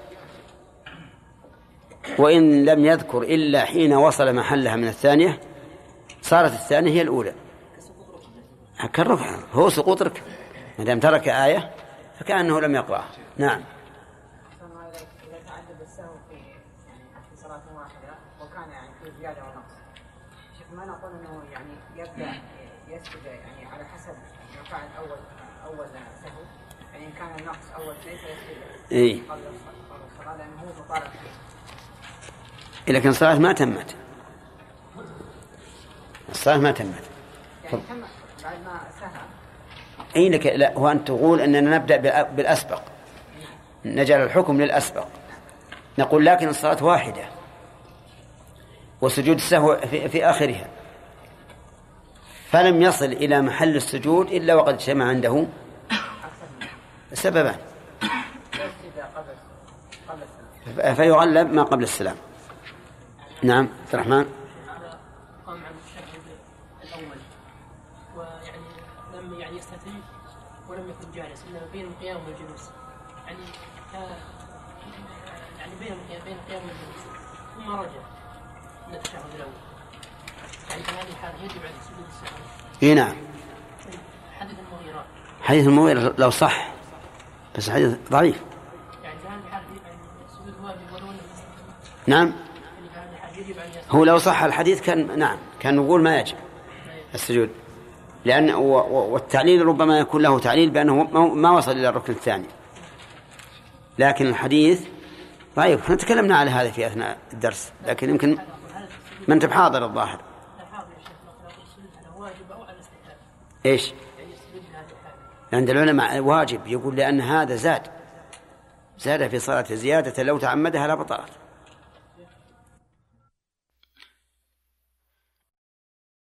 وإن لم يذكر إلا حين وصل محلها من الثانية صارت الثانية هي الأولى كالرفع، هو سقوط ركب ما دام ترك آية فكأنه لم يقرأها. نعم. إذا تعدد السهو في صلاة واحدة وكان يعني في زيادة ونقص، شيخ ما نقول إنه يعني يبدأ يسجد يعني على حسب ما فعل أول سهو، يعني إن كان النقص أول ليس يسجد قبل الصلاة لأنه هو مطالب فيه. لكن الصلاة ما تمت. الصلاة ما تمت. يعني تم بعد ما سهى. أي لك لا، هو أن تقول أننا نبدأ بالأسبق، نجعل الحكم للأسبق، نقول لكن الصلاة واحدة وسجود السهو في آخرها، فلم يصل إلى محل السجود إلا وقد اجتمع عنده سببان، فيغلب ما قبل السلام. نعم عبد الرحمن. قام عن التشهد الأول ويعني لم يستتم ولم يكن جالس، إنما بين القيام والجلوس، يعني بين القيام والجلوس، ثم رجع من التشهد الأول، يعني في هذه الحالة يجب عليه سجود السهو. إيه نعم. حديث المغيرة لو صح، بس حديث ضعيف. يعني في هذه الحالة السجود واجب ولو لم يستتم. نعم. هو لو صح الحديث كان نقول ما يجب السجود، لأن والتعليل ربما يكون له تعليل بأنه ما وصل إلى الركن الثاني، لكن الحديث ضعيف. احنا تكلمنا على هذا في أثناء الدرس، لكن يمكن ما انت بحاضر الظاهر. ايش عند العلماء واجب، يقول لأن هذا زاد في صلاة زيادة لو تعمدها لا بطلت.